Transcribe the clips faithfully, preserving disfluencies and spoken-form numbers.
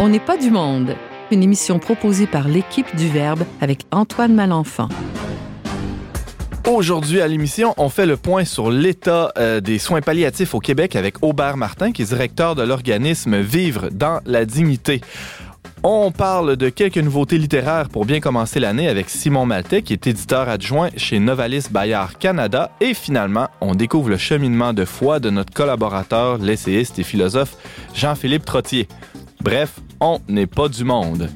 On n'est pas du monde, une émission proposée par l'équipe du Verbe avec Antoine Malenfant. Aujourd'hui à l'émission, on fait le point sur l'état euh, des soins palliatifs au Québec avec Aubert Martin, qui est directeur de l'organisme Vivre dans la dignité. On parle de quelques nouveautés littéraires pour bien commencer l'année avec Simon Maltais, qui est éditeur adjoint chez Novalis Bayard Canada. Et finalement, on découvre le cheminement de foi de notre collaborateur, l'essayiste et philosophe Jean-Philippe Trottier. Bref, on n'est pas du monde.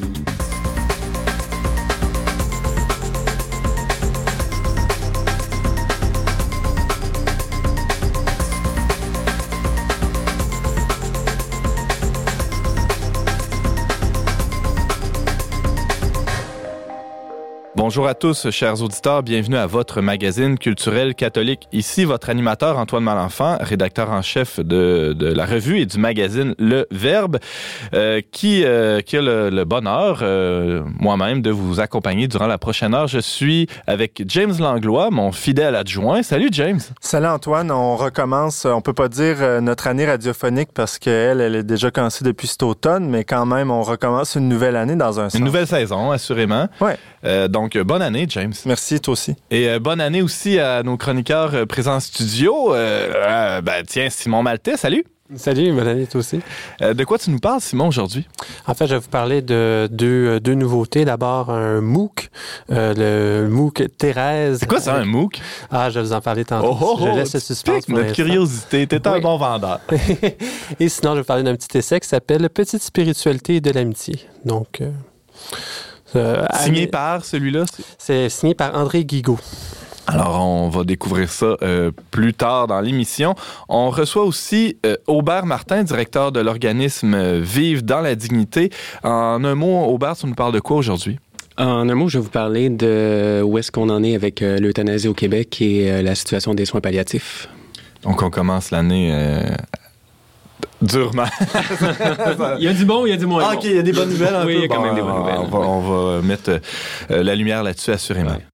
Bonjour à tous, chers auditeurs. Bienvenue à votre magazine culturel catholique. Ici, votre animateur Antoine Malenfant, rédacteur en chef de, de la revue et du magazine Le Verbe, euh, qui, euh, qui a le, le bonheur, euh, moi-même, de vous accompagner durant la prochaine heure. Je suis avec James Langlois, mon fidèle adjoint. Salut, James. Salut, Antoine. On recommence, on peut pas dire notre année radiophonique parce qu'elle, elle est déjà commencée depuis cet automne, mais quand même, on recommence une nouvelle année dans un sens. Une nouvelle saison, assurément. Ouais. Euh, donc, bonne année, James. Merci, toi aussi. Et euh, bonne année aussi à nos chroniqueurs euh, présents en studio. Euh, euh, ben, tiens, Simon Maltais, salut. Salut, bonne année, toi aussi. Euh, de quoi tu nous parles, Simon, aujourd'hui? En fait, je vais vous parler de deux, deux nouveautés. D'abord, un MOOC, euh, le MOOC Thérèse. C'est quoi ça, un MOOC? Ah, je vais vous en parler tantôt. Oh, oh, oh, je laisse le suspense pour notre l'instant. curiosité. T'es Oui. un bon vendeur. Et sinon, je vais vous parler d'un petit essai qui s'appelle « Petite spiritualité et de l'amitié ». Donc... Euh, Euh, Signé Annie, par celui-là? C'est signé par André Guigaud. Alors, on va découvrir ça euh, plus tard dans l'émission. On reçoit aussi euh, Aubert Martin, directeur de l'organisme Vivre dans la dignité. En un mot, Aubert, tu nous parles de quoi aujourd'hui? En un mot, je vais vous parler de où est-ce qu'on en est avec euh, l'euthanasie au Québec et euh, la situation des soins palliatifs. Donc, on commence l'année... Euh durement. Il y a du bon, il y a du moins ah, bon. OK, il y a des bonnes nouvelles un oui, peu. il y a quand bon, même des bonnes nouvelles. On va, on va mettre euh, la lumière là-dessus, assurément. Ouais.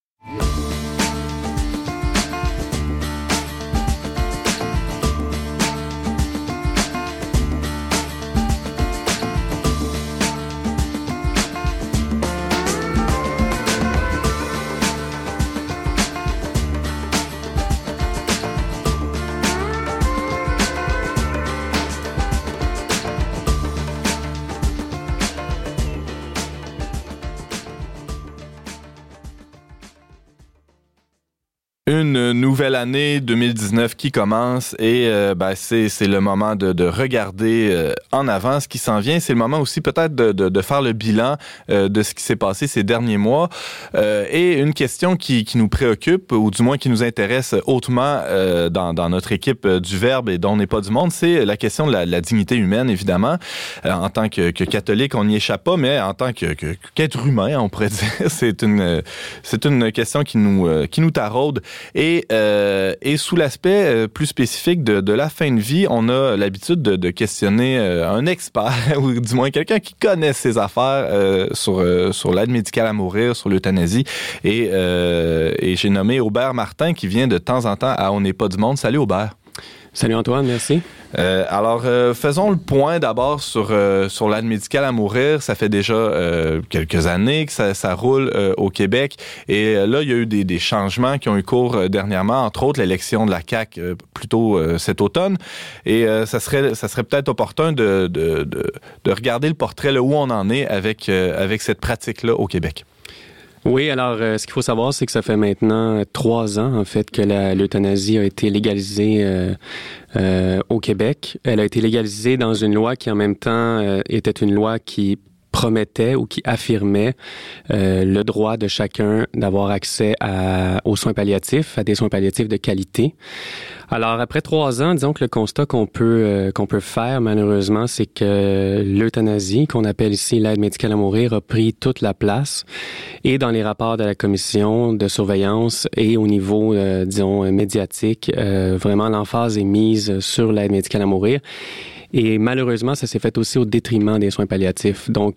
Une nouvelle année deux mille dix-neuf qui commence et euh, ben, c'est, c'est le moment de, de regarder euh, en avant ce qui s'en vient. C'est le moment aussi peut-être de, de, de faire le bilan euh, de ce qui s'est passé ces derniers mois. Euh, et une question qui, qui nous préoccupe, ou du moins qui nous intéresse hautement euh, dans, dans notre équipe du Verbe et dont on n'est pas du monde, c'est la question de la, la dignité humaine, évidemment. Euh, en tant que, que catholique, on n'y échappe pas, mais en tant que, que, qu'être humain, on pourrait dire, c'est une, c'est une question qui nous, euh, qui nous taraude. Et, euh, et sous l'aspect euh, plus spécifique de, de la fin de vie, on a l'habitude de, de questionner euh, un expert, ou du moins quelqu'un qui connaît ses affaires euh, sur, euh, sur l'aide médicale à mourir, sur l'euthanasie. Et, euh, et j'ai nommé Aubert Martin qui vient de temps en temps à On n'est pas du monde. Salut Aubert. Salut Antoine, merci. Euh, alors, euh, faisons le point d'abord sur, euh, sur l'aide médicale à mourir. Ça fait déjà euh, quelques années que ça, ça roule euh, au Québec. Et euh, là, il y a eu des, des changements qui ont eu cours euh, dernièrement, entre autres l'élection de la C A Q euh, plus tôt euh, cet automne. Et euh, ça serait, ça serait peut-être opportun de, de, de, de regarder le portrait, là, où on en est avec, euh, avec cette pratique-là au Québec. Oui, alors, euh, ce qu'il faut savoir, c'est que ça fait maintenant trois ans, en fait, que la, l'euthanasie a été légalisée euh, euh, au Québec. Elle a été légalisée dans une loi qui, en même temps, euh, était une loi qui promettait ou qui affirmait euh, le droit de chacun d'avoir accès à, aux soins palliatifs, à des soins palliatifs de qualité. Alors, après trois ans, disons que le constat qu'on peut euh, qu'on peut faire, malheureusement, c'est que l'euthanasie, qu'on appelle ici l'aide médicale à mourir, a pris toute la place. Et dans les rapports de la commission de surveillance et au niveau, euh, disons, médiatique, euh, vraiment, l'emphase est mise sur l'aide médicale à mourir. Et malheureusement, ça s'est fait aussi au détriment des soins palliatifs. Donc,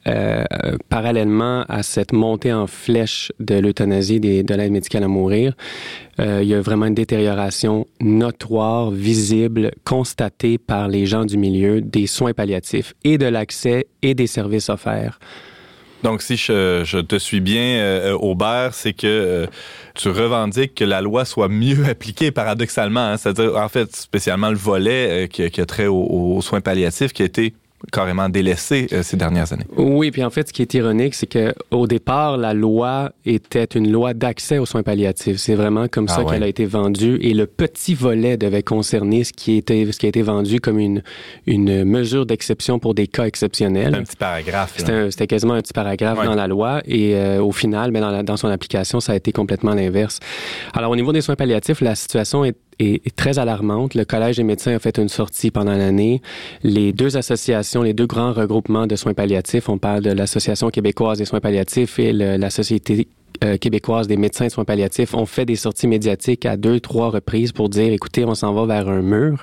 euh, parallèlement à cette montée en flèche de l'euthanasie, des, de l'aide médicale à mourir, euh, il y a vraiment une détérioration notoire, visible, constatée par les gens du milieu des soins palliatifs et de l'accès et des services offerts. Donc, si je, je te suis bien, euh, Aubert, c'est que euh, tu revendiques que la loi soit mieux appliquée, paradoxalement. Hein? C'est-à-dire, en fait, spécialement le volet euh, qui, qui a trait aux, aux soins palliatifs qui a été carrément délaissé euh, ces dernières années. Oui, puis en fait, ce qui est ironique, c'est que au départ, la loi était une loi d'accès aux soins palliatifs. C'est vraiment comme ah ça ouais. qu'elle a été vendue, et le petit volet devait concerner ce qui était, ce qui a été vendu comme une une mesure d'exception pour des cas exceptionnels. C'est un petit paragraphe. C'était, un, c'était quasiment un petit paragraphe ouais. dans la loi, et euh, au final, ben, dans, la, dans son application, ça a été complètement l'inverse. Alors, au niveau des soins palliatifs, la situation est est, est très alarmante. Le Collège des médecins a fait une sortie pendant l'année. Les deux associations, les deux grands regroupements de soins palliatifs, on parle de l'Association québécoise des soins palliatifs et le, la Société euh, québécoise des médecins de soins palliatifs, ont fait des sorties médiatiques à deux, trois reprises pour dire, écoutez, on s'en va vers un mur.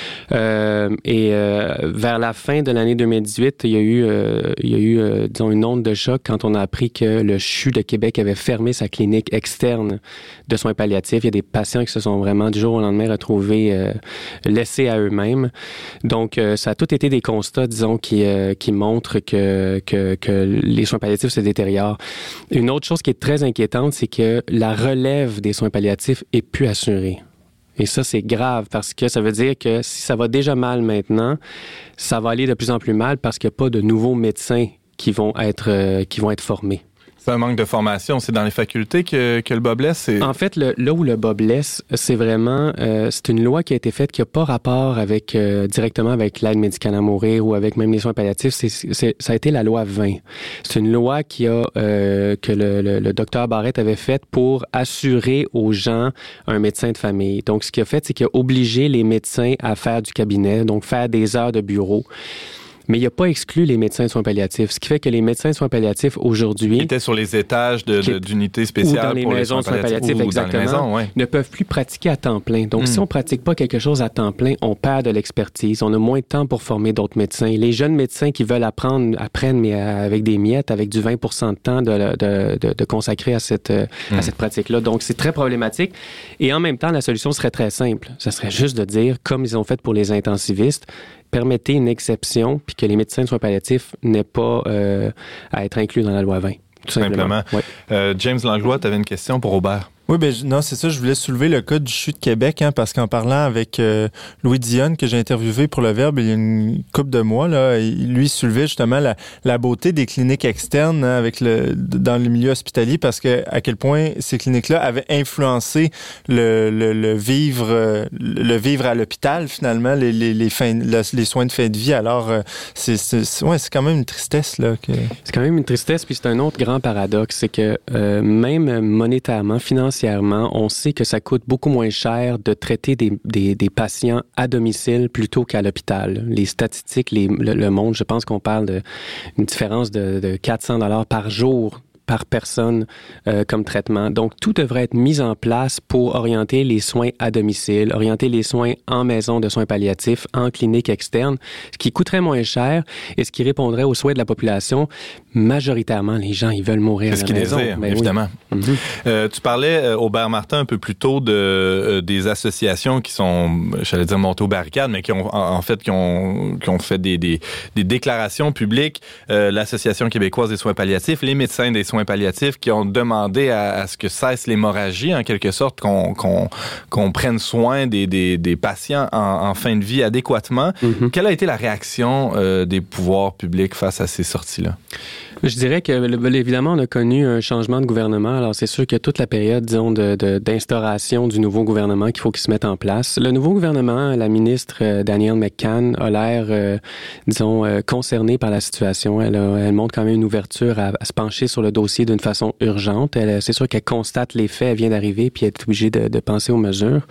Euh, et euh, vers la fin de l'année deux mille dix-huit, il y a eu, euh, il y a eu euh, disons, une onde de choc quand on a appris que le C H U de Québec avait fermé sa clinique externe de soins palliatifs. Il y a des patients qui se sont vraiment du jour au lendemain retrouvés euh, laissés à eux-mêmes. Donc, euh, ça a tout été des constats, disons, qui, euh, qui montrent que, que, que les soins palliatifs se détériorent. Une autre chose qui est très inquiétante, c'est que la relève des soins palliatifs est plus assurée. Et ça, c'est grave parce que ça veut dire que si ça va déjà mal maintenant, ça va aller de plus en plus mal parce qu'il n'y a pas de nouveaux médecins qui vont être, euh, qui vont être formés. C'est un manque de formation. C'est dans les facultés que, que le bas blesse? C'est... En fait, le, là où le bas blesse, c'est vraiment... Euh, c'est une loi qui a été faite qui n'a pas rapport avec euh, directement avec l'aide médicale à mourir ou avec même les soins palliatifs. C'est, c'est, ça a été la loi vingt. C'est une loi qui a euh, que le, le, le docteur Barrette avait faite pour assurer aux gens un médecin de famille. Donc, ce qu'il a fait, c'est qu'il a obligé les médecins à faire du cabinet, donc faire des heures de bureau. Mais il n'a pas exclu les médecins de soins palliatifs, ce qui fait que les médecins de soins palliatifs aujourd'hui... Qui étaient sur les étages de, de, d'unités spéciales ou dans les pour maisons les soins palliatifs, palliatifs, exactement, maisons, ouais. ne peuvent plus pratiquer à temps plein. Donc, mm. si on ne pratique pas quelque chose à temps plein, on perd de l'expertise, on a moins de temps pour former d'autres médecins. Les jeunes médecins qui veulent apprendre, apprennent, mais avec des miettes, avec du vingt pour cent de temps de, de, de, de consacrer à cette, mm. à cette pratique-là. Donc, c'est très problématique. Et en même temps, la solution serait très simple. Ça serait juste de dire, comme ils ont fait pour les intensivistes, permettez une exception puis que les médecins de soins palliatifs n'aient pas euh, à être inclus dans la loi vingt. Tout simplement. simplement. Ouais. Euh, James Langlois, tu avais une question pour Aubert. Oui, ben non, c'est ça. Je voulais soulever le cas du C H U de Québec, hein, parce qu'en parlant avec euh, Louis Dionne, que j'ai interviewé pour le Verbe il y a une couple de mois, là, il, lui soulevait justement la, la beauté des cliniques externes, hein, avec le dans le milieu hospitalier, parce que à quel point ces cliniques-là avaient influencé le, le, le vivre le vivre à l'hôpital finalement, les les les, fins, les soins de fin de vie. Alors c'est c'est, c'est ouais, c'est quand même une tristesse là. Que... C'est quand même une tristesse, puis c'est un autre grand paradoxe, c'est que euh, même monétairement, financièrement, on sait que ça coûte beaucoup moins cher de traiter des, des, des patients à domicile plutôt qu'à l'hôpital. Les statistiques, les, le, le monde, je pense qu'on parle d'une différence de, de quatre cents dollars par jour par personne euh, comme traitement. Donc, tout devrait être mis en place pour orienter les soins à domicile, orienter les soins en maison de soins palliatifs, en clinique externe, ce qui coûterait moins cher et ce qui répondrait aux souhaits de la population. Majoritairement, les gens, ils veulent mourir C'est à la maison. C'est ce qu'ils désirent, ben évidemment. Oui. Mm-hmm. Euh, tu parlais, euh, Aubert Martin, un peu plus tôt de, euh, des associations qui sont, j'allais dire montées aux barricades, mais qui ont, en, en fait, qui ont, qui ont fait des, des, des déclarations publiques. Euh, L'Association québécoise des soins palliatifs, les médecins des soins palliatifs qui ont demandé à, à ce que cesse l'hémorragie, en quelque sorte, qu'on, qu'on, qu'on prenne soin des, des, des patients en, en fin de vie adéquatement. Mm-hmm. Quelle a été la réaction euh, des pouvoirs publics face à ces sorties-là? Je dirais que, évidemment, on a connu un changement de gouvernement. Alors, c'est sûr que toute la période, disons, de, de, d'instauration du nouveau gouvernement qu'il faut qu'il se mette en place. Le nouveau gouvernement, la ministre euh, Danielle McCann a l'air, euh, disons, euh, concernée par la situation. Elle, a, elle montre quand même une ouverture à, à se pencher sur le dossier d'une façon urgente. Elle, c'est sûr qu'elle constate les faits, elle vient d'arriver, puis elle est obligée de, de penser aux mesures.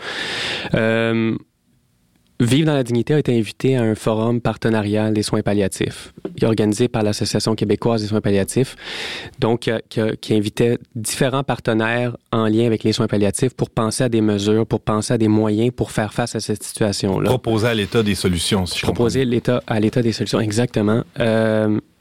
Euh, Vivre dans la dignité a été invité à un forum partenarial des soins palliatifs, organisé par l'Association québécoise des soins palliatifs, donc qui, qui invitait différents partenaires en lien avec les soins palliatifs pour penser à des mesures, pour penser à des moyens pour faire face à cette situation-là. Proposer à l'État des solutions, si je comprends. Proposer l'État, à l'État des solutions, exactement. Euh,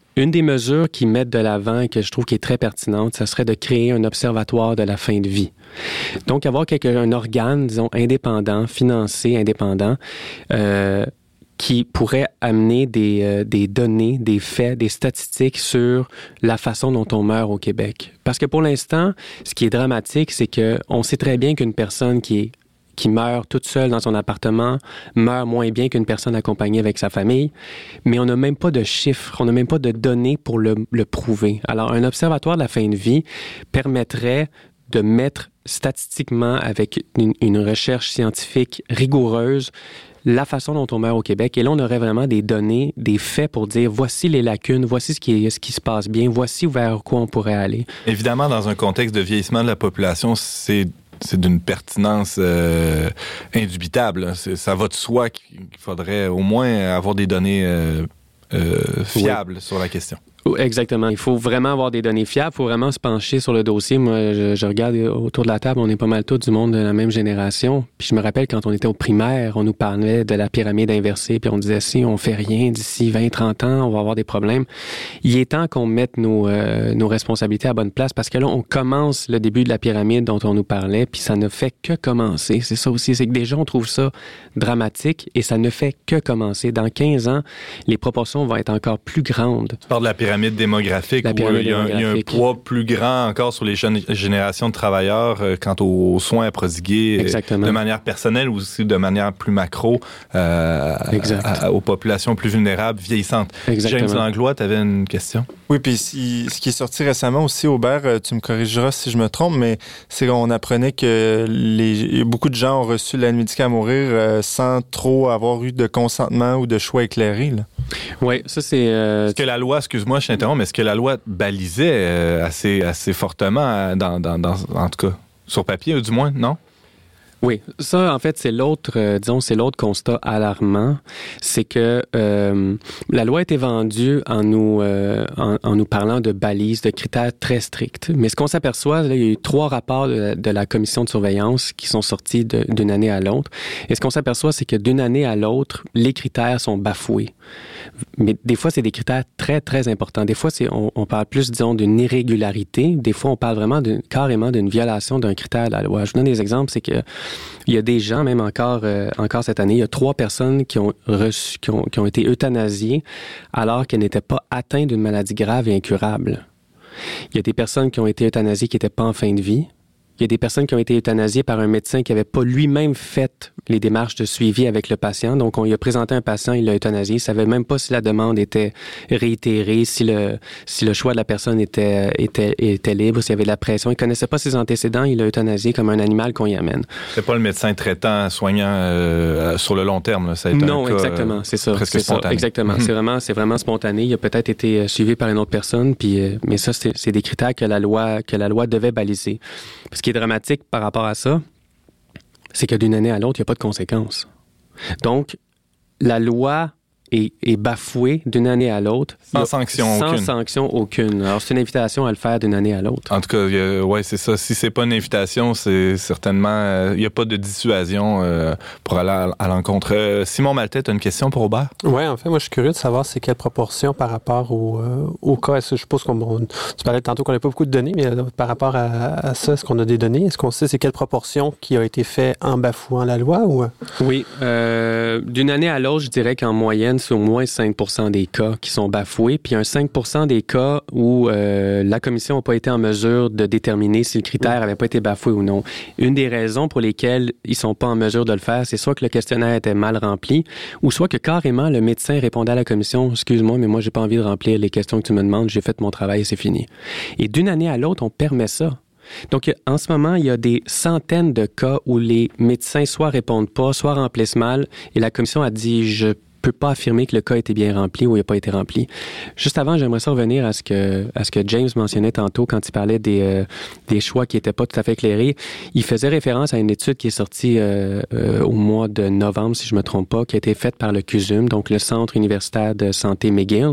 Une des mesures qui mettent de l'avant et que je trouve qui est très pertinente, ça serait de créer un observatoire de la fin de vie. Donc, avoir quelque, un organe, disons, indépendant, financé, indépendant, euh, qui pourrait amener des, euh, des données, des faits, des statistiques sur la façon dont on meurt au Québec. Parce que pour l'instant, ce qui est dramatique, c'est que on sait très bien qu'une personne qui est qui meurt toute seule dans son appartement, meurt moins bien qu'une personne accompagnée avec sa famille, mais on n'a même pas de chiffres, on n'a même pas de données pour le, le prouver. Alors, un observatoire de la fin de vie permettrait de mettre statistiquement, avec une, une recherche scientifique rigoureuse, la façon dont on meurt au Québec. Et là, on aurait vraiment des données, des faits pour dire voici les lacunes, voici ce qui, ce qui se passe bien, voici vers quoi on pourrait aller. Évidemment, dans un contexte de vieillissement de la population, c'est c'est d'une pertinence euh, indubitable. C'est, ça va de soi qu'il faudrait au moins avoir des données euh, euh, fiables oui. sur la question. Exactement. Il faut vraiment avoir des données fiables. Il faut vraiment se pencher sur le dossier. Moi, je, je regarde autour de la table, on est pas mal tous du monde de la même génération. Puis je me rappelle quand on était au primaire, on nous parlait de la pyramide inversée, puis on disait si on fait rien d'ici vingt trente ans, on va avoir des problèmes. Il est temps qu'on mette nos, euh, nos responsabilités à bonne place parce que là, on commence le début de la pyramide dont on nous parlait, puis ça ne fait que commencer. C'est ça aussi, c'est que déjà, on trouve ça dramatique et ça ne fait que commencer. Dans quinze ans, les proportions vont être encore plus grandes. Tu parles de la pyramide pyramide démographique la pyramide où il y, a, démographique. il y a un poids plus grand encore sur les jeunes générations de travailleurs euh, quant aux, aux soins à prodiguer Exactement. de manière personnelle ou aussi de manière plus macro euh, à, à, aux populations plus vulnérables, vieillissantes. Exactement. James Langlois, tu avais une question? Oui, puis si, ce qui est sorti récemment aussi, Aubert, tu me corrigeras si je me trompe, mais c'est qu'on apprenait que les, beaucoup de gens ont reçu l'aide médicale à mourir euh, sans trop avoir eu de consentement ou de choix éclairé. Là. Oui, ça c'est... Euh... Est-ce que la loi, excuse-moi, je t'interromps, mais est-ce que la loi balisait euh, assez, assez fortement, dans, dans, dans, en tout cas, sur papier, ou du moins, non? Oui, ça, en fait, c'est l'autre, euh, disons, c'est l'autre constat alarmant, c'est que euh, la loi a été vendue en nous, euh, en, en nous parlant de balises, de critères très stricts. Mais ce qu'on s'aperçoit, là, il y a eu trois rapports de la, de la commission de surveillance qui sont sortis de, d'une année à l'autre. Et ce qu'on s'aperçoit, c'est que d'une année à l'autre, les critères sont bafoués. Mais des fois, c'est des critères très, très importants. Des fois, c'est, on, on parle plus, disons, d'une irrégularité. Des fois, on parle vraiment d'une, carrément d'une violation d'un critère de la loi. Je vous donne des exemples, c'est que il y a des gens, même encore, euh, encore cette année, il y a trois personnes qui ont reçu, qui ont, qui ont été euthanasiées alors qu'elles n'étaient pas atteintes d'une maladie grave et incurable. Il y a des personnes qui ont été euthanasiées qui n'étaient pas en fin de vie. Il y a des personnes qui ont été euthanasiées par un médecin qui n'avait pas lui-même fait les démarches de suivi avec le patient. Donc, on lui a présenté un patient, il l'a euthanasié. Il ne savait même pas si la demande était réitérée, si le, si le choix de la personne était, était, était libre, s'il y avait de la pression. Il ne connaissait pas ses antécédents, il l'a euthanasié comme un animal qu'on y amène. C'est pas le médecin traitant, soignant euh, sur le long terme. Là. Ça a été non, un cas, exactement, c'est ça. Presque c'est spontané. Ça, exactement. Mm-hmm. C'est vraiment, c'est vraiment spontané. Il a peut-être été suivi par une autre personne, puis, euh, mais ça, c'est, c'est des critères que la loi, que la loi devait baliser. Ce qui est dramatique par rapport à ça, c'est que d'une année à l'autre, il n'y a pas de conséquences. Donc, la loi est, est bafouée d'une année à l'autre. Sans sanction sans aucune. Sans sanction aucune. Alors, c'est une invitation à le faire d'une année à l'autre. En tout cas, oui, c'est ça. Si c'est pas une invitation, c'est certainement... Il euh, n'y a pas de dissuasion euh, pour aller à, à l'encontre. Euh, Simon Maltais, tu as une question pour Aubert? Oui, en fait, moi, je suis curieux de savoir c'est quelle proportion par rapport au, euh, au cas. Est-ce que je suppose qu'on... On, tu parlais tantôt qu'on n'a pas beaucoup de données, mais euh, par rapport à, à ça, est-ce qu'on a des données? Est-ce qu'on sait c'est quelle proportion qui a été fait en bafouant la loi? Ou... Oui. Euh, d'une année à l'autre, je dirais qu'en moyenne, c'est au moins cinq pour cent des cas qui sont bafoués, puis un cinq pour cent des cas où euh, la commission n'a pas été en mesure de déterminer si le critère n'avait pas été bafoué ou non. Une des raisons pour lesquelles ils ne sont pas en mesure de le faire, c'est soit que le questionnaire était mal rempli, ou soit que carrément le médecin répondait à la commission « Excuse-moi, mais moi, j'ai pas envie de remplir les questions que tu me demandes, j'ai fait mon travail et c'est fini. » Et d'une année à l'autre, on permet ça. Donc, en ce moment, il y a des centaines de cas où les médecins soit répondent pas, soit remplissent mal, et la commission a dit « Je peut pas affirmer que le cas a été bien rempli ou il n'a pas été rempli. » Juste avant, j'aimerais ça revenir à ce que à ce que James mentionnait tantôt quand il parlait des euh, des choix qui n'étaient pas tout à fait éclairés. Il faisait référence à une étude qui est sortie euh, euh, au mois de novembre, si je me trompe pas, qui a été faite par le C U S U M, donc le Centre universitaire de santé McGill,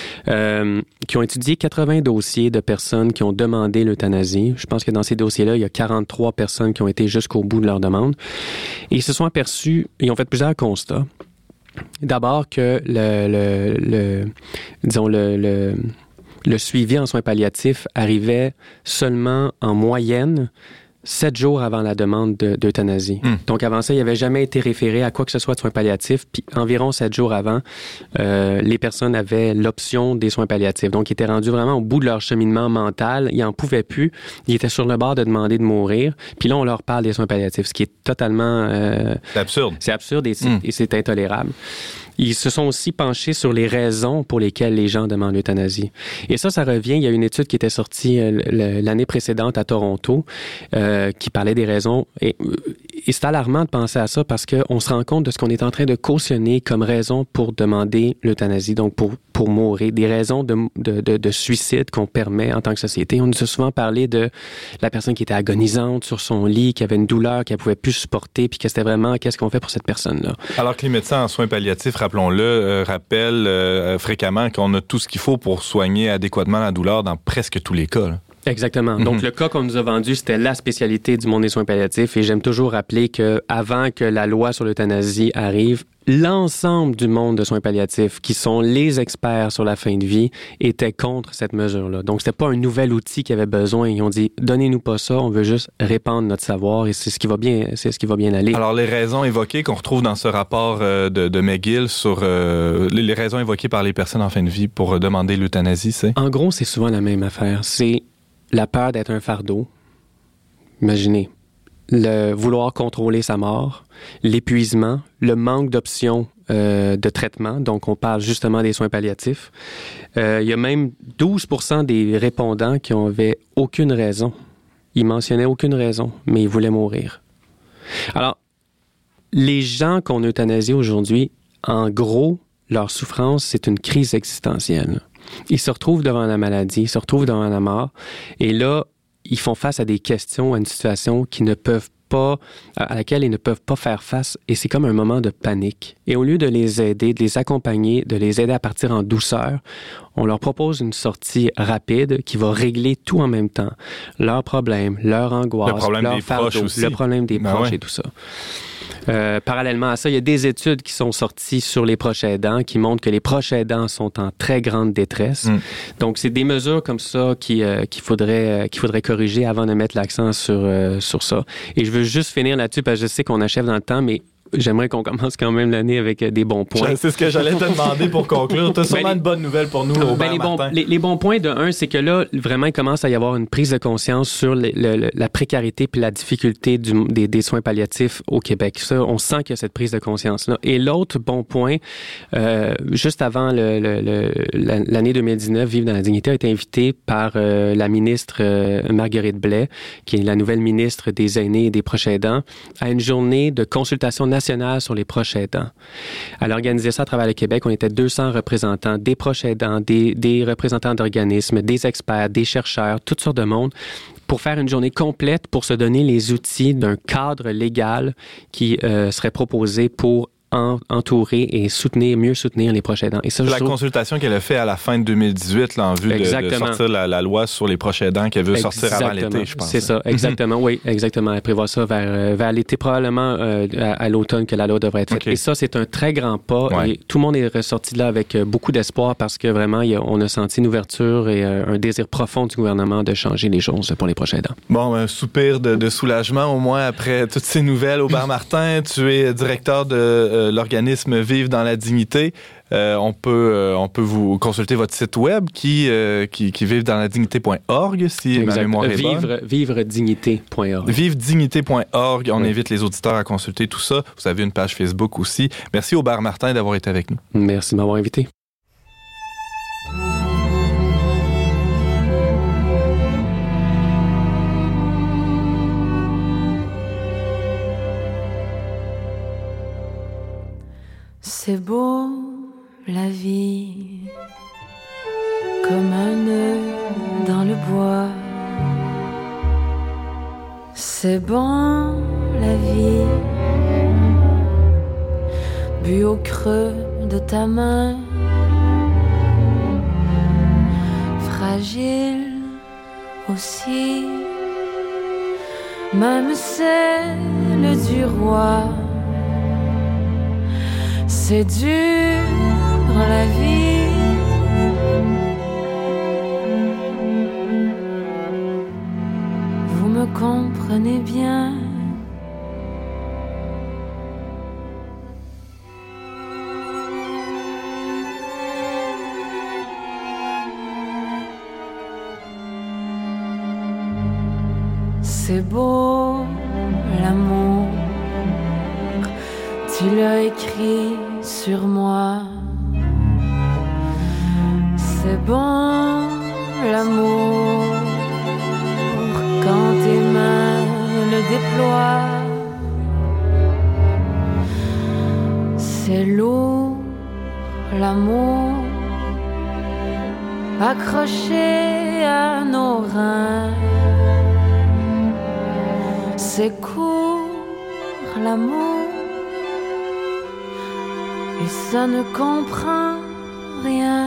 euh, qui ont étudié quatre-vingts dossiers de personnes qui ont demandé l'euthanasie. Je pense que dans ces dossiers-là, il y a quarante-trois personnes qui ont été jusqu'au bout de leur demande. Et ils se sont aperçus, ils ont fait plusieurs constats. D'abord que le, le, le disons le, le, le suivi en soins palliatifs arrivait seulement en moyenne sept jours avant la demande de, d'euthanasie. Mm. Donc, avant ça, il n'avait jamais été référé à quoi que ce soit de soins palliatifs. Puis, environ sept jours avant, euh, les personnes avaient l'option des soins palliatifs. Donc, ils étaient rendus vraiment au bout de leur cheminement mental. Ils n'en pouvaient plus. Ils étaient sur le bord de demander de mourir. Puis là, on leur parle des soins palliatifs, ce qui est totalement... Euh, c'est absurde. C'est absurde et c'est, mm. et c'est intolérable. Ils se sont aussi penchés sur les raisons pour lesquelles les gens demandent l'euthanasie. Et ça, ça revient. Il y a une étude qui était sortie euh, l'année précédente à Toronto euh, qui parlait des raisons. Et, et c'est alarmant de penser à ça parce qu'on se rend compte de ce qu'on est en train de cautionner comme raison pour demander l'euthanasie, donc pour, pour mourir. Des raisons de, de, de, de suicide qu'on permet en tant que société. On nous a souvent parlé de la personne qui était agonisante sur son lit, qui avait une douleur qu'elle ne pouvait plus supporter, puis que c'était vraiment qu'est-ce qu'on fait pour cette personne-là. Alors que les médecins en soins palliatifs, rappelons-le, euh, rappellent euh, fréquemment qu'on a tout ce qu'il faut pour soigner adéquatement la douleur dans presque tous les cas. Là. Exactement. Mm-hmm. Donc, le cas qu'on nous a vendu, c'était la spécialité du monde des soins palliatifs. Et j'aime toujours rappeler qu'avant que la loi sur l'euthanasie arrive, l'ensemble du monde de soins palliatifs, qui sont les experts sur la fin de vie, était contre cette mesure-là. Donc, c'était pas un nouvel outil qu'ils avaient besoin. Ils ont dit, donnez-nous pas ça, on veut juste répandre notre savoir et c'est ce qui va bien, c'est ce qui va bien aller. Alors, les raisons évoquées qu'on retrouve dans ce rapport euh, de, de McGill sur euh, les raisons évoquées par les personnes en fin de vie pour demander l'euthanasie, c'est? En gros, c'est souvent la même affaire. C'est la peur d'être un fardeau. Imaginez. Le vouloir contrôler sa mort, l'épuisement, le manque d'options euh, de traitement. Donc, on parle justement des soins palliatifs. Euh, il y a même douze pour cent des répondants qui n'avaient aucune raison. Ils mentionnaient aucune raison, mais ils voulaient mourir. Alors, les gens qu'on euthanasie aujourd'hui, en gros, leur souffrance, c'est une crise existentielle. Ils se retrouvent devant la maladie, ils se retrouvent devant la mort, et là, ils font face à des questions, à une situation qui ne peuvent pas, à laquelle ils ne peuvent pas faire face, et c'est comme un moment de panique. Et au lieu de les aider, de les accompagner, de les aider à partir en douceur, on leur propose une sortie rapide qui va régler tout en même temps. Leurs problèmes, leur angoisse, le problème leur des fardeau, proches aussi. Le problème des ben proches ouais. et tout ça. Euh, parallèlement à ça, il y a des études qui sont sorties sur les proches aidants qui montrent que les proches aidants sont en très grande détresse. Mm. Donc, c'est des mesures comme ça qui, euh, qu'il faudrait, euh, qu'il faudrait corriger avant de mettre l'accent sur, euh, sur ça. Et je veux juste finir là-dessus parce que je sais qu'on achève dans le temps, mais j'aimerais qu'on commence quand même l'année avec des bons points. C'est ce que j'allais te demander pour conclure. Tu as sûrement ben, une bonne nouvelle pour nous, Aubert ben, les, bons, Martin. les, les bons points, de un, c'est que là, vraiment, il commence à y avoir une prise de conscience sur le, le, la précarité puis la difficulté du, des, des soins palliatifs au Québec. Ça, on sent qu'il y a cette prise de conscience-là. Et l'autre bon point, euh, juste avant le, le, le, l'année deux mille dix-neuf, Vivre dans la dignité a été invité par euh, la ministre euh, Marguerite Blais, qui est la nouvelle ministre des aînés et des proches aidants, à une journée de consultation nationale sur les proches aidants. Elle a organisé ça à travers le Québec. On était deux cents représentants, des proches aidants, des, des représentants d'organismes, des experts, des chercheurs, toutes sortes de monde, pour faire une journée complète pour se donner les outils d'un cadre légal qui euh, serait proposé pour En, entourer et soutenir, mieux soutenir les proches aidants. Et ça, la je trouve... consultation qu'elle a fait à la fin de deux mille dix-huit là, en vue de, de sortir la, la loi sur les proches aidants qu'elle veut exactement. sortir avant l'été, je pense. C'est ça, exactement, mm-hmm. oui, exactement. Elle prévoit ça vers, vers l'été, probablement euh, à, à l'automne que la loi devrait être faite. Okay. Et ça, c'est un très grand pas. Ouais. Et tout le monde est ressorti de là avec beaucoup d'espoir parce que vraiment, il y a, on a senti une ouverture et euh, un désir profond du gouvernement de changer les choses pour les proches aidants. Bon, un soupir de, de soulagement au moins après toutes ces nouvelles. Aubert Martin, tu es directeur de euh, l'organisme Vivre dans la dignité. Euh, on peut euh, on peut vous consulter votre site web qui euh, qui, qui vive dans la dignité point org si exact. ma mémoire est vivre, bonne. vivre dignité point org. vivre dignité point org. On oui. invite les auditeurs à consulter tout ça. Vous avez une page Facebook aussi. Merci Aubert Martin d'avoir été avec nous. Merci de m'avoir invité. C'est beau, la vie, comme un nœud dans le bois. C'est bon, la vie, bu au creux de ta main. Fragile aussi, même celle du roi. c'est dur la vie. Vous me comprenez bien. C'est beau l'amour, tu l'as écrit sur moi. C'est bon l'amour, quand tes mains le déploient. C'est lourd l'amour, accroché à nos reins. C'est court l'amour, et ça ne comprend rien.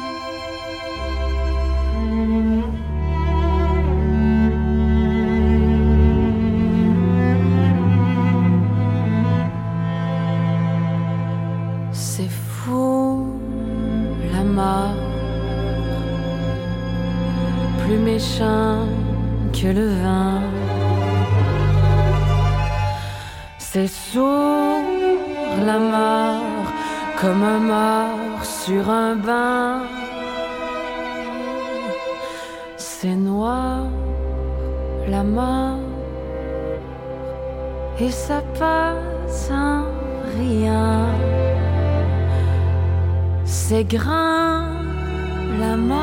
C'est fou la mort, plus méchant que le vin. C'est sourd la mort, comme un mort sur un banc. C'est noir la mort, et ça passe en rien. C'est grand la mort,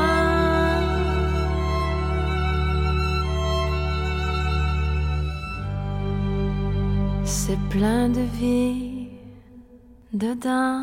c'est plein de vie dedans.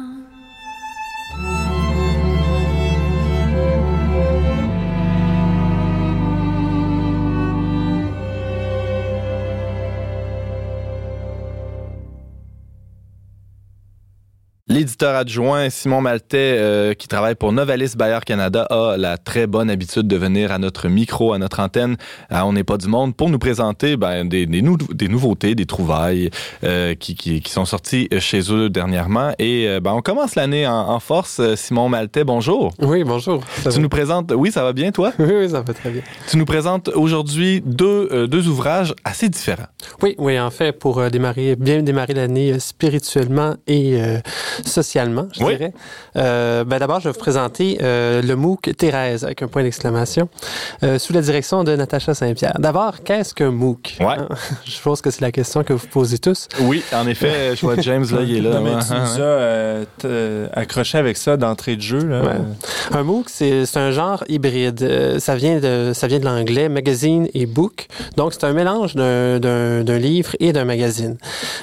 L'éditeur adjoint Simon Maltais, euh, qui travaille pour Novalis Bayer Canada, a la très bonne habitude de venir à notre micro, à notre antenne, à On n'est pas du monde, pour nous présenter ben, des, des, nou- des nouveautés, des trouvailles euh, qui, qui, qui sont sorties chez eux dernièrement. Et euh, ben, on commence l'année en, en force. Simon Maltais, bonjour. Oui, bonjour. Ça Tu va? nous présentes... Oui, ça va bien, toi? Oui, oui, ça va très bien. Tu nous présentes aujourd'hui deux, euh, deux ouvrages assez différents. Oui, oui, en fait, pour euh, démarrer, bien démarrer l'année euh, spirituellement et euh, socialement, je oui. dirais. Euh, ben d'abord, je vais vous présenter euh, le MOOC Thérèse, avec un point d'exclamation, euh, sous la direction de Natacha Saint-Pierre. D'abord, qu'est-ce qu'un MOOC? Ouais. Hein? Je pense que c'est la question que vous posez tous. Oui, en effet, je vois James, là, il est là. Non, mais ouais. tu nous as euh, t- accroché avec ça d'entrée de jeu. Là. Ouais. Un MOOC, c'est, c'est un genre hybride. Euh, ça vient de, ça vient de l'anglais, magazine et book. Donc, c'est un mélange d'un, d'un, d'un livre et d'un magazine.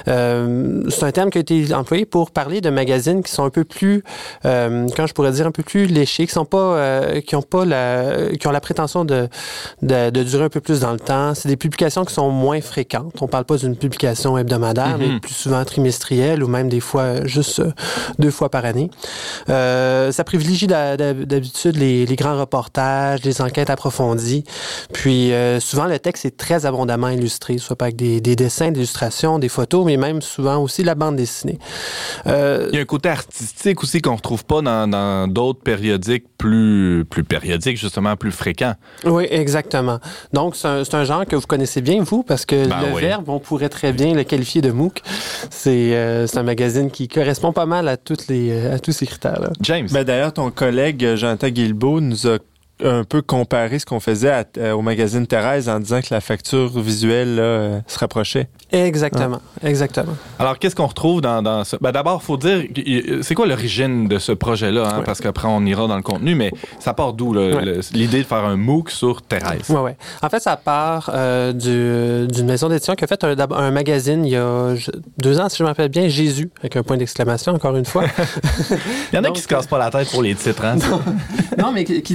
Euh, c'est un terme qui a été employé pour parler de magazines qui sont un peu plus, euh, quand je pourrais dire, un peu plus léchés, qui sont pas, euh, qui ont pas la, qui ont la prétention de, de, de durer un peu plus dans le temps. C'est des publications qui sont moins fréquentes. On parle pas d'une publication hebdomadaire, mm-hmm. mais plus souvent trimestrielle ou même des fois juste euh, deux fois par année. Euh, ça privilégie la, la, d'habitude les, les grands reportages, les enquêtes approfondies. Puis euh, souvent le texte est très abondamment illustré, soit avec des, des dessins, des illustrations, des photos, mais même souvent aussi la bande dessinée. Euh, Il y a un côté artistique aussi qu'on retrouve pas dans, dans d'autres périodiques plus, plus périodiques, justement, plus fréquents. Oui, exactement. Donc, c'est un, c'est un genre que vous connaissez bien, vous, parce que ben le oui. Verbe, on pourrait très bien le qualifier de MOOC. C'est, euh, c'est un magazine qui correspond pas mal à, toutes les, à tous ces critères-là. James. Ben, d'ailleurs, ton collègue Jonathan Guilbeault nous a un peu comparé ce qu'on faisait à, à, au magazine Thérèse en disant que la facture visuelle là, euh, se rapprochait. Exactement, ah. exactement. Alors, qu'est-ce qu'on retrouve dans, dans ce... Ben, d'abord, il faut dire, c'est quoi l'origine de ce projet-là? Hein? Ouais. Parce qu'après, on ira dans le contenu, mais ça part d'où, là, ouais. le, l'idée de faire un MOOC sur Thérèse? Oui, oui. En fait, ça part euh, du, d'une maison d'édition qui a fait un, un magazine il y a deux ans, si je me rappelle bien, Jésus, avec un point d'exclamation, encore une fois. Il y en a Donc, qui se cassent pas la tête pour les titres. Hein? non, non, mais qui, qui disent bien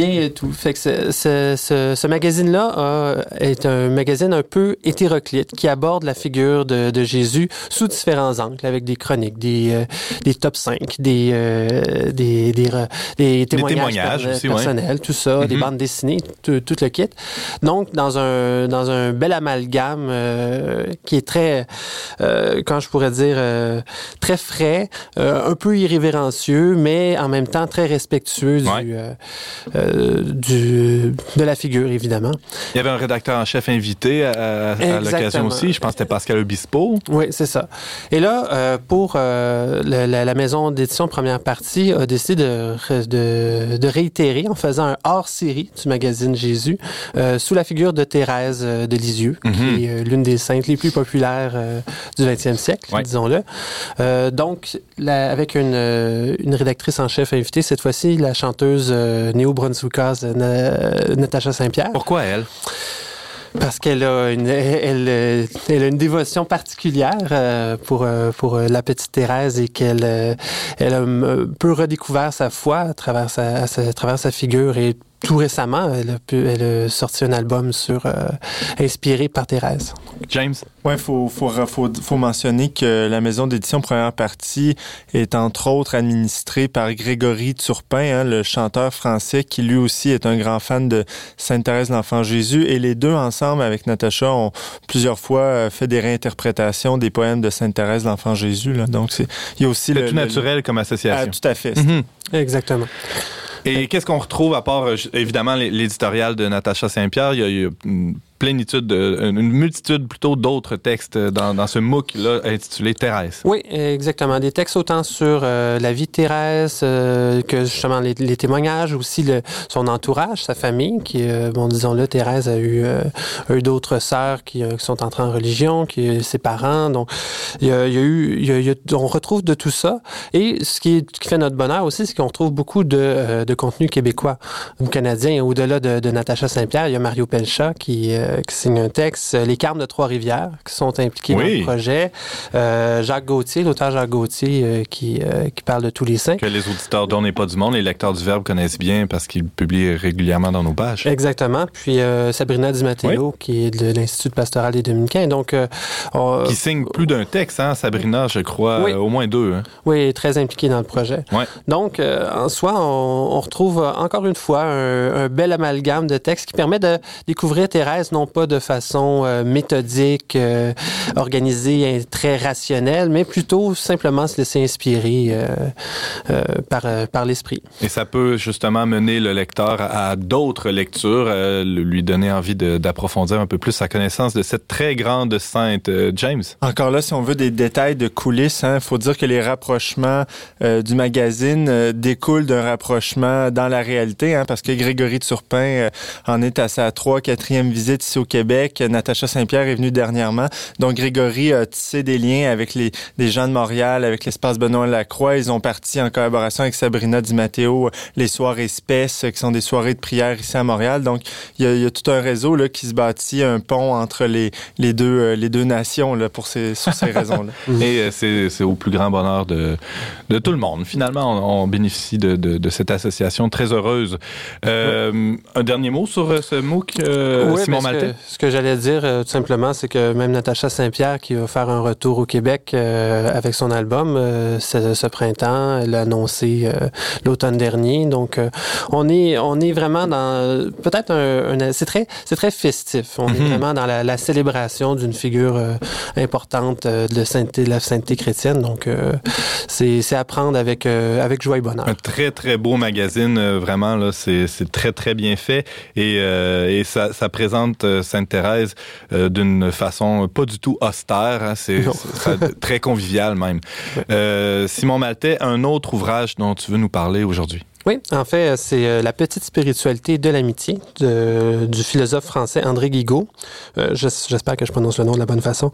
dessinées et tout. Fait que ce, ce, ce, ce magazine-là a, est un magazine un peu hétéroclite qui aborde la figure de, de Jésus sous différents angles, avec des chroniques, des, euh, des top cinq, des, euh, des, des, des témoignages, témoignages per- aussi, personnels, ouais. tout ça, mm-hmm. des bandes dessinées, tout, tout le kit. Donc, dans un, dans un bel amalgame euh, qui est très, euh, quand je pourrais dire, euh, très frais, euh, un peu irrévérencieux, mais en même temps très respectueux ouais. du, euh, euh, du, de la figure, évidemment. Il y avait un rédacteur en chef invité à, à l'occasion aussi. Je pense que c'était Pascal Obispo. Oui, c'est ça. Et là, euh, pour euh, la, la, la maison d'édition première partie a décidé de, de, de réitérer en faisant un hors-série du magazine Jésus euh, sous la figure de Thérèse de Lisieux, mm-hmm. qui est euh, l'une des saintes les plus populaires euh, du vingtième siècle, ouais. disons-le. Euh, donc, la, avec une, une rédactrice en chef invitée, cette fois-ci, la chanteuse euh, néo-brunswickoise Na- Natacha Saint-Pierre. Pourquoi elle? Parce qu'elle a une, elle, elle a une dévotion particulière euh, pour, pour la petite Thérèse et qu'elle elle a un peu redécouvert sa foi à travers sa, à travers sa figure. Et tout récemment, elle a, pu, elle a sorti un album sur, euh, inspiré par Thérèse. James? Oui, il faut, faut, faut, faut mentionner que la maison d'édition première partie est entre autres administrée par Grégory Turpin, hein, le chanteur français qui lui aussi est un grand fan de Sainte Thérèse l'Enfant Jésus. Et les deux ensemble avec Natacha ont plusieurs fois fait des réinterprétations des poèmes de Sainte Thérèse l'Enfant Jésus. Là. Donc c'est, il y a aussi c'est le, tout naturel le, comme association. Ah, tout à fait. Mm-hmm. Exactement. Et qu'est-ce qu'on retrouve à part, évidemment, l'éditorial de Natacha Saint-Pierre? Il y a, il y a une plénitude, de, une multitude plutôt d'autres textes dans, dans ce MOOC-là intitulé Thérèse. Oui, exactement. Des textes autant sur euh, la vie de Thérèse euh, que justement les, les témoignages, aussi le, son entourage, sa famille, qui, euh, bon, disons-le, Thérèse a eu, euh, a eu d'autres sœurs qui, euh, qui sont entrées en religion, qui, ses parents. Donc, il y a, il y a eu, il y a, il y a, on retrouve de tout ça. Et ce qui, qui fait notre bonheur aussi, c'est qu'on retrouve beaucoup de, euh, de contenu québécois ou canadien. Au-delà de, de Natacha Saint-Pierre, il y a Mario Pelcha qui... Euh, qui signe un texte, les Carmes de Trois-Rivières qui sont impliqués oui. dans le projet, euh, Jacques Gauthier, l'auteur Jacques Gauthier euh, qui, euh, qui parle de tous les saints. Que les auditeurs d'On n'est pas du monde, les lecteurs du Verbe connaissent bien parce qu'ils publient régulièrement dans nos pages. Exactement. Puis euh, Sabrina Di Matteo oui. qui est de l'Institut pastoral des Dominicains. Donc, euh, on, qui signe plus d'un texte, hein, Sabrina, je crois, oui. euh, au moins deux. Hein. Oui, très impliquée dans le projet. Ouais. Donc, euh, en soi, on, on retrouve encore une fois un, un bel amalgame de textes qui permet de découvrir Thérèse non pas de façon euh, méthodique, euh, organisée et très rationnelle, mais plutôt simplement se laisser inspirer euh, euh, par, euh, par l'esprit. Et ça peut justement mener le lecteur à, à d'autres lectures, euh, lui donner envie de, d'approfondir un peu plus sa connaissance de cette très grande sainte. Euh, James? Encore là, si on veut des détails de coulisses, il hein, faut dire que les rapprochements euh, du magazine euh, découlent d'un rapprochement dans la réalité, hein, parce que Grégory Turpin euh, en est à sa trois, quatrième visite ici au Québec. Natacha Saint-Pierre est venue dernièrement. Donc, Grégory a tissé des liens avec les, les gens de Montréal, avec l'espace Benoît-Lacroix. Ils ont parti en collaboration avec Sabrina Di Matteo les soirées espèces, qui sont des soirées de prière ici à Montréal. Donc, il y a, il y a tout un réseau là, qui se bâtit, un pont entre les, les, deux, euh, les deux nations là, pour ces, sur ces raisons-là. Et euh, c'est, c'est au plus grand bonheur de, de tout le monde. Finalement, on, on bénéficie de, de, de cette association très heureuse. Euh, oui. Un dernier mot sur ce MOOC, euh, oui, Simon Maltais? Ce que j'allais dire, euh, tout simplement, c'est que même Natacha Saint-Pierre, qui va faire un retour au Québec euh, avec son album euh, ce, ce printemps, elle l'a annoncé euh, l'automne dernier. Donc, euh, on est on est vraiment dans peut-être un, un c'est très c'est très festif. On mm-hmm. est vraiment dans la, la célébration d'une figure euh, importante euh, de, sainteté, de la sainteté chrétienne. Donc, euh, c'est c'est à prendre avec euh, avec joie et bonheur. Un très très beau magazine, euh, vraiment là, c'est c'est très très bien fait et euh, et ça ça présente euh, Sainte Thérèse euh, d'une façon pas du tout austère, hein, c'est, c'est ça, très convivial même. Ouais. Euh, Simon Maltais, un autre ouvrage dont tu veux nous parler aujourd'hui? Oui, en fait, c'est La petite spiritualité de l'amitié de, du philosophe français André Guigaud. Euh, j'espère que je prononce le nom de la bonne façon.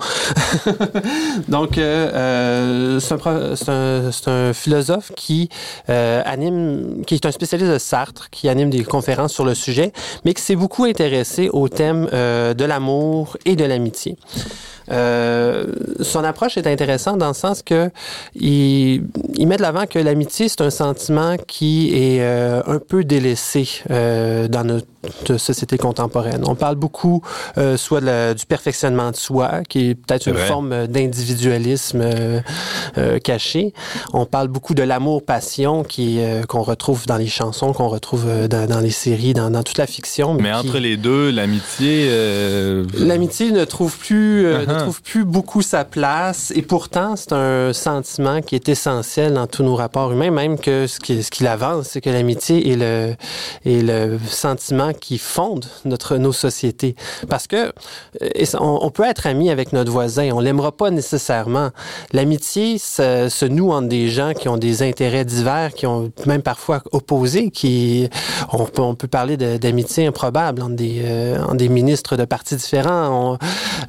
Donc, euh, c'est, un, c'est, un, c'est un philosophe qui euh, anime, qui est un spécialiste de Sartre, qui anime des conférences sur le sujet, mais qui s'est beaucoup intéressé au thème euh, de l'amour et de l'amitié. Euh, son approche est intéressante dans le sens que il, il met de l'avant que l'amitié, c'est un sentiment qui est euh, un peu délaissé euh, dans notre de société contemporaine. On parle beaucoup euh, soit de la, du perfectionnement de soi, qui est peut-être C'est une vrai. forme d'individualisme euh, euh, caché. On parle beaucoup de l'amour-passion qui euh, qu'on retrouve dans les chansons, qu'on retrouve euh, dans, dans les séries, dans, dans toute la fiction. Mais qui, entre les deux, l'amitié... euh, L'amitié ne trouve plus euh, Uh-huh. ne trouve plus beaucoup sa place et pourtant c'est un sentiment qui est essentiel dans tous nos rapports humains, même que ce qui ce qu'il avance, c'est que l'amitié est le est le sentiment qui fonde notre nos sociétés. Parce que et ça, on, on peut être ami avec notre voisin, on l'aimera pas nécessairement. L'amitié se, se noue entre des gens qui ont des intérêts divers, qui ont même parfois opposés, qui on peut on peut parler de, d'amitié improbable entre des euh, entre des ministres de partis différents. On,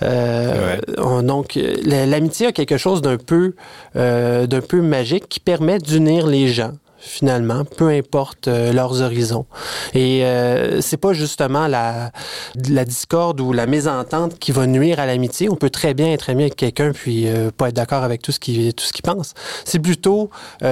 euh, on, donc l'amitié a quelque chose d'un peu euh, d'un peu magique qui permet d'unir les gens. Finalement, peu importe euh, leurs horizons. Et euh, c'est pas justement la, la discorde ou la mésentente qui va nuire à l'amitié. On peut très bien être ami avec quelqu'un puis euh, pas être d'accord avec tout ce qu'il tout ce qu'il pense. C'est plutôt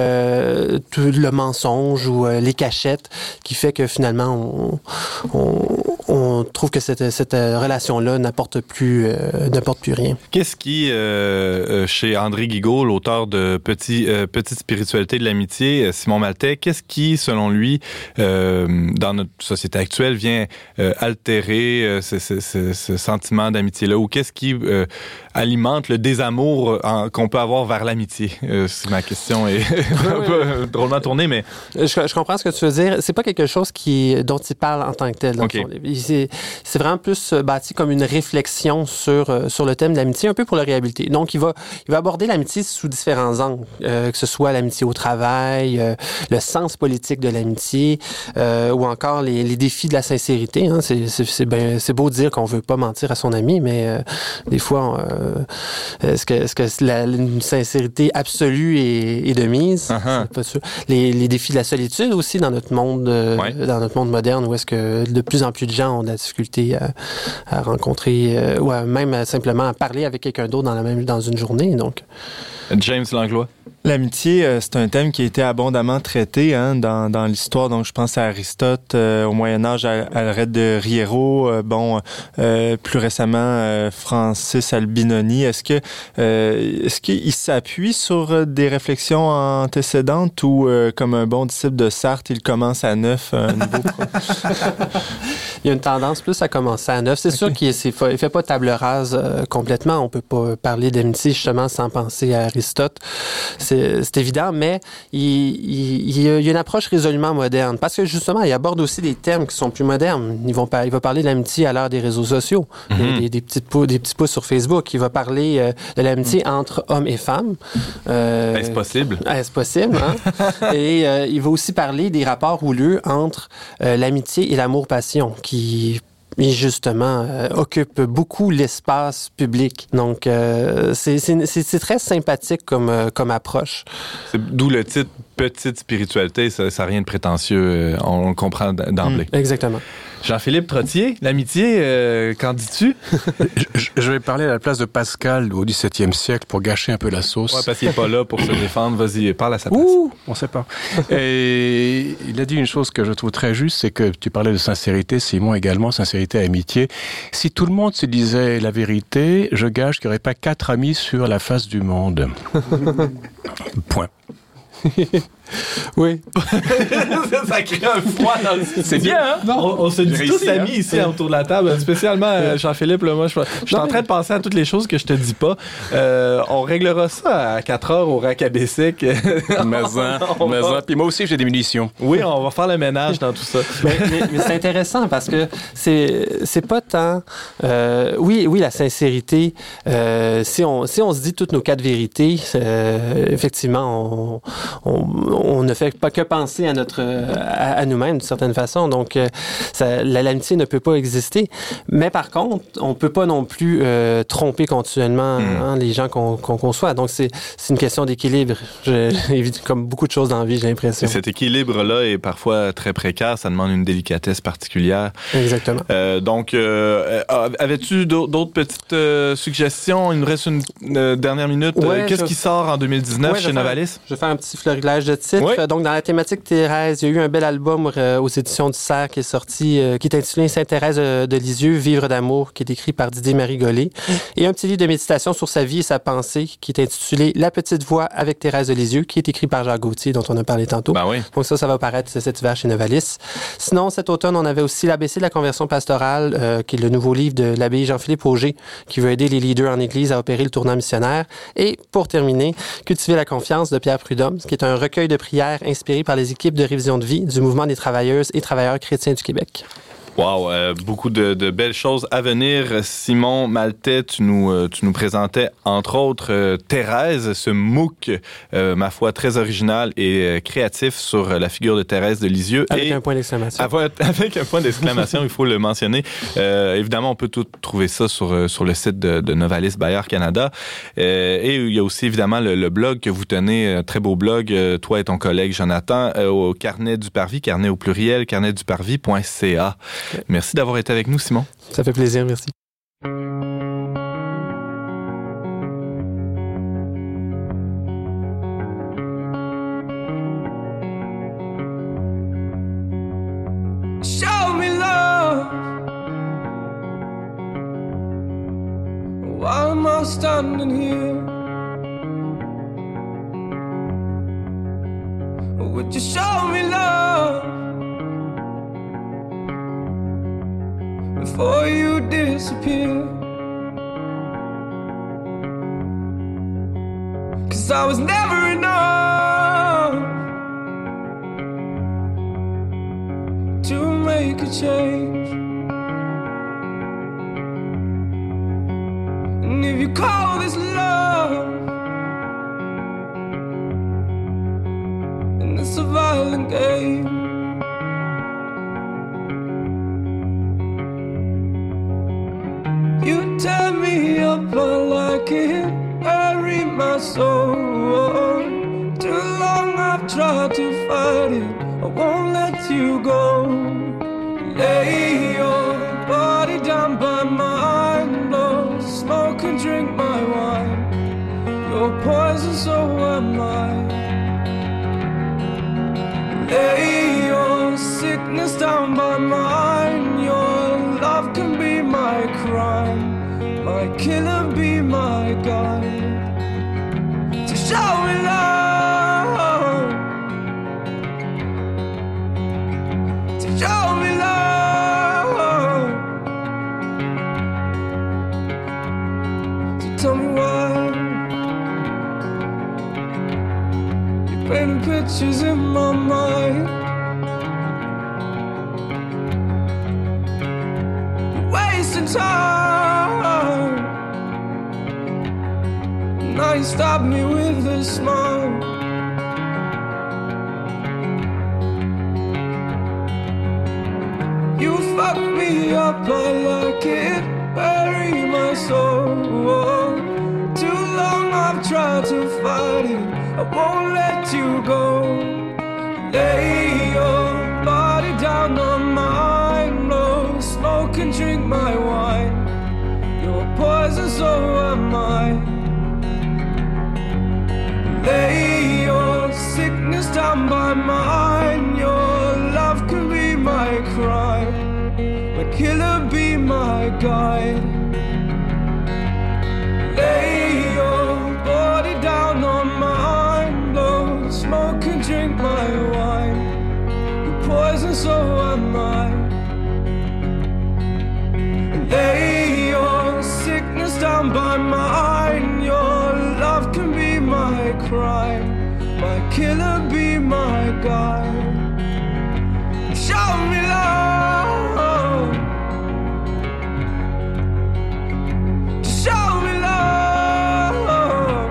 euh, tout le mensonge ou euh, les cachettes qui fait que finalement on, on, on trouve que cette, cette relation-là n'apporte plus euh, n'apporte plus rien. Qu'est-ce qui, euh, chez André Guigaud, l'auteur de Petit, euh, Petite spiritualité de l'amitié, Simon Maltais, qu'est-ce qui, selon lui, euh, dans notre société actuelle, vient euh, altérer euh, ce, ce, ce, ce sentiment d'amitié-là, ou qu'est-ce qui euh, alimente le désamour en, qu'on peut avoir vers l'amitié? Euh, c'est ma question est un peu euh, drôlement tournée, mais... Je, je comprends ce que tu veux dire. C'est pas quelque chose qui, dont il parle en tant que tel dans Okay. son livre. C'est, c'est vraiment plus bâti comme une réflexion sur, euh, sur le thème de l'amitié, un peu pour le réhabiliter. Donc, il va, il va aborder l'amitié sous différents angles, euh, que ce soit l'amitié au travail, euh, le sens politique de l'amitié, euh, ou encore les, les défis de la sincérité. Hein. C'est, c'est, c'est, ben, c'est beau de dire qu'on veut pas mentir à son ami, mais euh, des fois, euh, est-ce que, est-ce que la, une sincérité absolue est, est de mise? Uh-huh. C'est pas sûr. Les, les défis de la solitude aussi dans notre monde, euh, Ouais. dans notre monde moderne, où est-ce que de plus en plus de gens ont de la difficulté à, à rencontrer, euh, ou à même à simplement à parler avec quelqu'un d'autre dans la même dans une journée. Donc, James Langlois. L'amitié, euh, c'est un thème qui a été abondamment traité hein, dans, dans l'histoire. Donc, je pense à Aristote, euh, au Moyen-Âge, à, à Alred de Riero, euh, bon, euh, plus récemment, euh, Francis Albinoni. Est-ce que euh, est-ce qu'il s'appuie sur des réflexions antécédentes ou, euh, comme un bon disciple de Sartre, il commence à neuf, un nouveau il y a une tendance plus à commencer à neuf. C'est okay. sûr qu'il ne fait pas table rase euh, complètement. On peut pas parler d'amitié justement sans penser à Aristote. C'est, c'est évident, mais il, il, il, y a, il y a une approche résolument moderne. Parce que justement, il aborde aussi des thèmes qui sont plus modernes. Ils vont, il va parler de l'amitié à l'heure des réseaux sociaux, mm-hmm. des, des, petites pou- des petits pouces sur Facebook. Il va parler euh, de l'amitié mm. entre hommes et femmes. Euh, Est-ce possible? Est-ce possible, hein? Et euh, il va aussi parler des rapports houleux entre euh, l'amitié et l'amour-passion, qui... Et justement, euh, occupe beaucoup l'espace public. Donc, euh, c'est, c'est, c'est, c'est très sympathique comme, euh, comme approche. C'est d'où le titre Petite spiritualité, ça n'a rien de prétentieux, on, on le comprend d'emblée. Mmh, exactement. Jean-Philippe Trottier, l'amitié, euh, qu'en dis-tu? je, je vais parler à la place de Pascal au dix-septième siècle pour gâcher un peu la sauce. Ouais, parce qu'il n'est pas là pour se défendre. Vas-y, parle à sa place. Ouh, on sait pas. Et il a dit une chose que je trouve très juste, c'est que tu parlais de sincérité, Simon, également, sincérité et amitié. Si tout le monde se disait la vérité, je gage qu'il n'y aurait pas quatre amis sur la face du monde. Point. Oui. Ça crée un froid dans le studio. C'est bien, hein? Non, on, on se dit J'ai tous réussi, amis hein? ici autour de la table, spécialement euh, Jean-Philippe. Là, moi, je, je suis en train de penser à toutes les choses que je te dis pas. Euh, on réglera ça à quatre heures au rack à Bessic. Maison, maison. Puis moi aussi, j'ai des munitions. Oui, on va faire le ménage dans tout ça. mais, mais, mais c'est intéressant parce que c'est, c'est pas tant... Euh, oui, oui, la sincérité, euh, si, on, si on se dit toutes nos quatre vérités, euh, effectivement, on, on on ne fait pas que penser à notre à, à nous-mêmes d'une certaine façon. Donc, euh, ça, la, l'amitié ne peut pas exister. Mais par contre, on peut pas non plus euh, tromper continuellement mmh. hein, les gens qu'on, qu'on conçoit. Donc, c'est, c'est une question d'équilibre. Je, comme beaucoup de choses dans la vie, j'ai l'impression. Et cet équilibre-là est parfois très précaire. Ça demande une délicatesse particulière. Exactement. Euh, donc, euh, avais-tu d'autres petites euh, suggestions? Il nous reste une, une dernière minute. Ouais, Qu'est-ce je... qui sort en deux mille dix-neuf ouais, chez Novalis? Un, je vais faire un petit florilège de titre. Oui. Donc, dans la thématique Thérèse, il y a eu un bel album euh, aux éditions du Cerf qui est sorti, euh, qui est intitulé Sainte-Thérèse de, de Lisieux, Vivre d'amour, qui est écrit par Didier-Marie Gollet. Et un petit livre de méditation sur sa vie et sa pensée, qui est intitulé La petite voix avec Thérèse de Lisieux, qui est écrit par Jacques Gauthier, dont on a parlé tantôt. Ben oui. Donc ça, ça va paraître cet hiver chez Novalis. Sinon, cet automne, on avait aussi l'A B C de la conversion pastorale, euh, qui est le nouveau livre de l'abbaye Jean-Philippe Auger, qui veut aider les leaders en Église à opérer le tournant missionnaire. Et pour terminer, Cultiver la confiance de Pierre Prudhomme, qui est un recueil de prières inspiré par les équipes de révision de vie du mouvement des travailleuses et travailleurs chrétiens du Québec. Wow, euh, beaucoup de, de belles choses à venir. Simon Maltais, tu nous, euh, tu nous présentais entre autres euh, Thérèse, ce MOOC, euh, ma foi, très original et euh, créatif sur la figure de Thérèse de Lisieux. Avec et un point d'exclamation. Avec, avec un point d'exclamation, il faut le mentionner. Euh, évidemment, on peut tout trouver ça sur, sur le site de, de Novalis Bayard Canada. Euh, et il y a aussi évidemment le, le blog que vous tenez, un très beau blog, euh, toi et ton collègue Jonathan, euh, au Carnet du Parvis, carnet au pluriel, carnet du parvis point c a. Merci d'avoir été avec nous, Simon. Ça fait plaisir, merci. Show me love. Why am I standing here? Would you show me love before you disappear? 'Cause I was never enough to make a change. And if you call this love, then it's a violent game. You tear me up, I like it, bury my soul. Too long I've tried to fight it, I won't let you go. Lay your body down by mine, blow smoke and drink my wine. You're poison, so am I. Lay your sickness down by mine, your love can be my crime, my killer be my guide. So show me love, so show me love, so tell me why you're painting pictures in my mind. You're wasting time. Now you stop me with a smile. You fuck me up, I like it, bury my soul. Too long I've tried to fight it, I won't let you go. Lay your body down on mine, blow smoke and drink my wine. You're poison, so am I. Lay your sickness down by mine, your love can be my crime, my killer be my guide. Lay your body down on mine, blow smoke and drink my wine. You're poison, so am I. Lay your sickness down by mine, your love can be my crime, my killer be my guide. Show me love, show me love.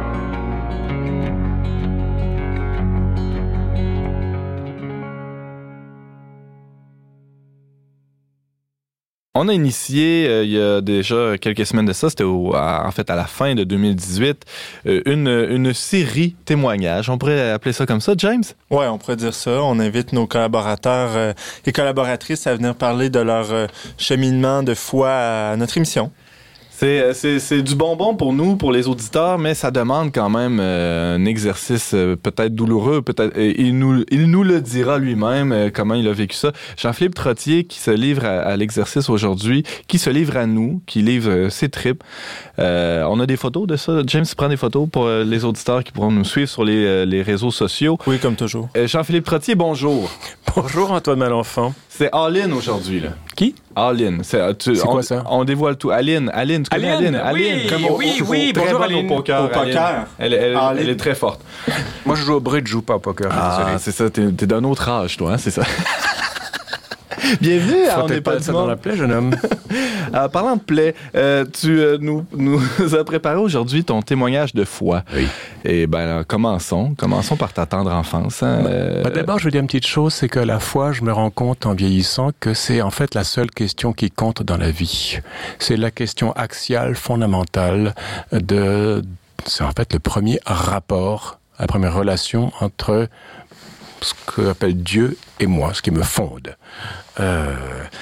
On a initié, euh, il y a déjà quelques semaines de ça, c'était au, à, en fait à la fin de deux mille dix-huit, euh, une, une série témoignages. On pourrait appeler ça comme ça, James? Oui, on pourrait dire ça. On invite nos collaborateurs euh, et collaboratrices à venir parler de leur euh, cheminement de foi à notre émission. C'est, c'est, c'est du bonbon pour nous, pour les auditeurs, mais ça demande quand même euh, un exercice euh, peut-être douloureux. Peut-être, euh, il, nous, il nous le dira lui-même euh, comment il a vécu ça. Jean-Philippe Trottier qui se livre à, à l'exercice aujourd'hui, qui se livre à nous, qui livre euh, ses tripes. Euh, on a des photos de ça. James prend des photos pour euh, les auditeurs qui pourront nous suivre sur les, euh, les réseaux sociaux. Oui, comme toujours. Euh, Jean-Philippe Trottier, bonjour. Bonjour Antoine Malenfant. C'est All-In aujourd'hui, là. Qui? All-In. C'est, tu, c'est on, quoi ça? On dévoile tout. Aline, Aline, tu connais Aline? Aline, oui, comme au, oui, au, oui, très bonjour bonne Aline. au poker. Au poker. Elle, elle, elle, elle est très forte. Moi, je joue au bridge, je joue pas au poker. Ah, désolé. c'est ça. T'es, t'es d'un autre âge, toi, hein, c'est ça. Bienvenue à On n'est pas, pas ça dans la plaie, jeune homme. euh, parlant de plaie, euh, tu euh, nous, nous as préparé aujourd'hui ton témoignage de foi. Oui. Et ben alors, commençons. Commençons par ta tendre enfance. Hein, bah, euh... bah, d'abord, je veux dire une petite chose, c'est que la foi, je me rends compte en vieillissant que c'est en fait la seule question qui compte dans la vie. C'est la question axiale, fondamentale de... C'est en fait le premier rapport, la première relation entre ce que appelle Dieu et moi, ce qui me fonde. Euh,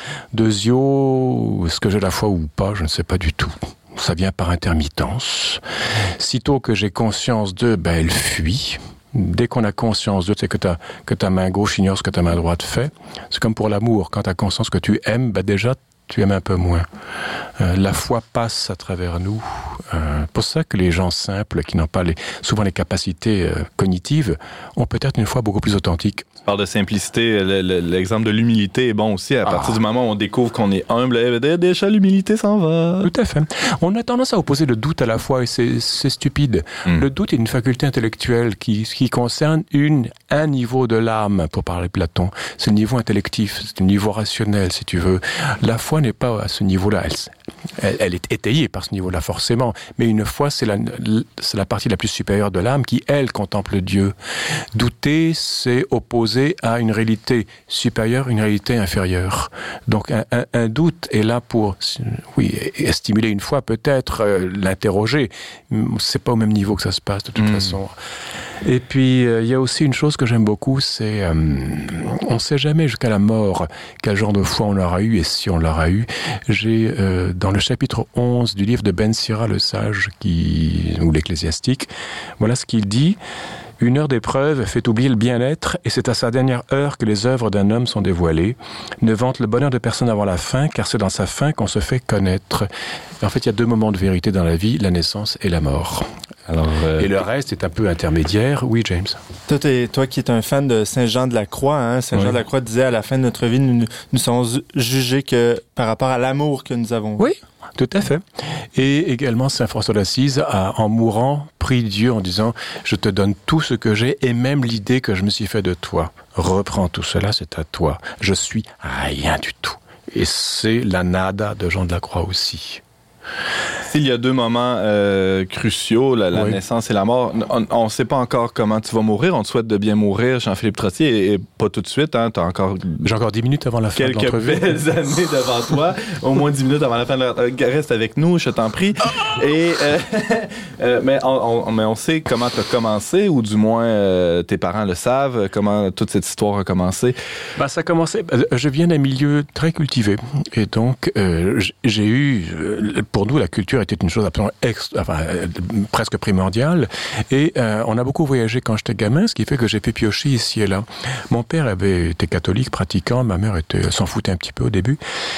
Deuxio, est-ce que j'ai la foi ou pas, je ne sais pas du tout. Ça vient par intermittence. Sitôt que j'ai conscience d'eux, ben elle fuit. Dès qu'on a conscience d'eux, c'est que, ta, que ta main gauche ignore ce que ta main droite fait. C'est comme pour l'amour. Quand tu as conscience que tu aimes, ben déjà, tu aimes un peu moins. Euh, la foi passe à travers nous. Euh, pour ça que les gens simples, qui n'ont pas les, souvent les capacités euh, cognitives, ont peut-être une foi beaucoup plus authentique. Tu parles de simplicité. Le, le, l'exemple de l'humilité est bon aussi. À partir ah. du moment où on découvre qu'on est humble, déjà l'humilité s'en va. Tout à fait. On a tendance à opposer le doute à la foi et c'est, c'est stupide. Mm. Le doute est une faculté intellectuelle qui, qui concerne une, un niveau de l'âme, pour parler Platon. C'est le niveau intellectif, c'est le niveau rationnel, si tu veux. La foi n'est pas à ce niveau-là. Elle, elle, elle est étayée par ce niveau-là, forcément. Mais une foi, c'est la, c'est la partie la plus supérieure de l'âme qui, elle, contemple Dieu. Douter, c'est opposer à une réalité supérieure, une réalité inférieure. Donc, un, un, un doute est là pour, oui, stimuler une foi, peut-être euh, l'interroger. C'est pas au même niveau que ça se passe, de toute mmh. façon. Et puis, il euh, y a aussi une chose que j'aime beaucoup, c'est euh, on ne sait jamais jusqu'à la mort quel genre de foi on aura eu et si on l'aura eu. J'ai, euh, dans le chapitre onze du livre de Ben Sira le Sage, qui, ou l'Ecclésiastique, voilà ce qu'il dit. Une heure d'épreuve fait oublier le bien-être et c'est à sa dernière heure que les œuvres d'un homme sont dévoilées. Ne vante le bonheur de personne avant la fin, car c'est dans sa fin qu'on se fait connaître. En fait, il y a deux moments de vérité dans la vie, la naissance et la mort. Alors, euh... Et le reste est un peu intermédiaire. Oui, James? Toi, toi qui es un fan de Saint Jean de la Croix, hein? Saint Jean oui. de la Croix disait à la fin de notre vie, nous, nous sommes jugés que par rapport à l'amour que nous avons. Oui, tout à fait. Et également, Saint François d'Assise a, en mourant, prié Dieu en disant « Je te donne tout ce que j'ai et même l'idée que je me suis fait de toi. Reprends tout cela, c'est à toi. Je suis rien du tout. » Et c'est la nada de Jean de la Croix aussi. S'il y a deux moments euh, cruciaux, la, la oui. naissance et la mort, on ne sait pas encore comment tu vas mourir. On te souhaite de bien mourir, Jean-Philippe Trottier, et, et pas tout de suite. Hein, t'as encore J'ai encore dix minutes avant la fin de l'entrevue. Quelques belles années devant toi. Au moins dix minutes avant la fin de l'entrevue. Reste avec nous, je t'en prie. Et, euh, euh, mais, on, on, mais on sait comment tu as commencé, ou du moins euh, tes parents le savent, comment toute cette histoire a commencé. Ben, ça a commencé... Je viens d'un milieu très cultivé. Et donc, euh, j'ai eu... Pour nous, la culture était une chose absolument ex, enfin, euh, presque primordiale. Et euh, on a beaucoup voyagé quand j'étais gamin, ce qui fait que j'ai pu piocher ici et là. Mon père avait été catholique, pratiquant. Ma mère était, s'en foutait un petit peu au début.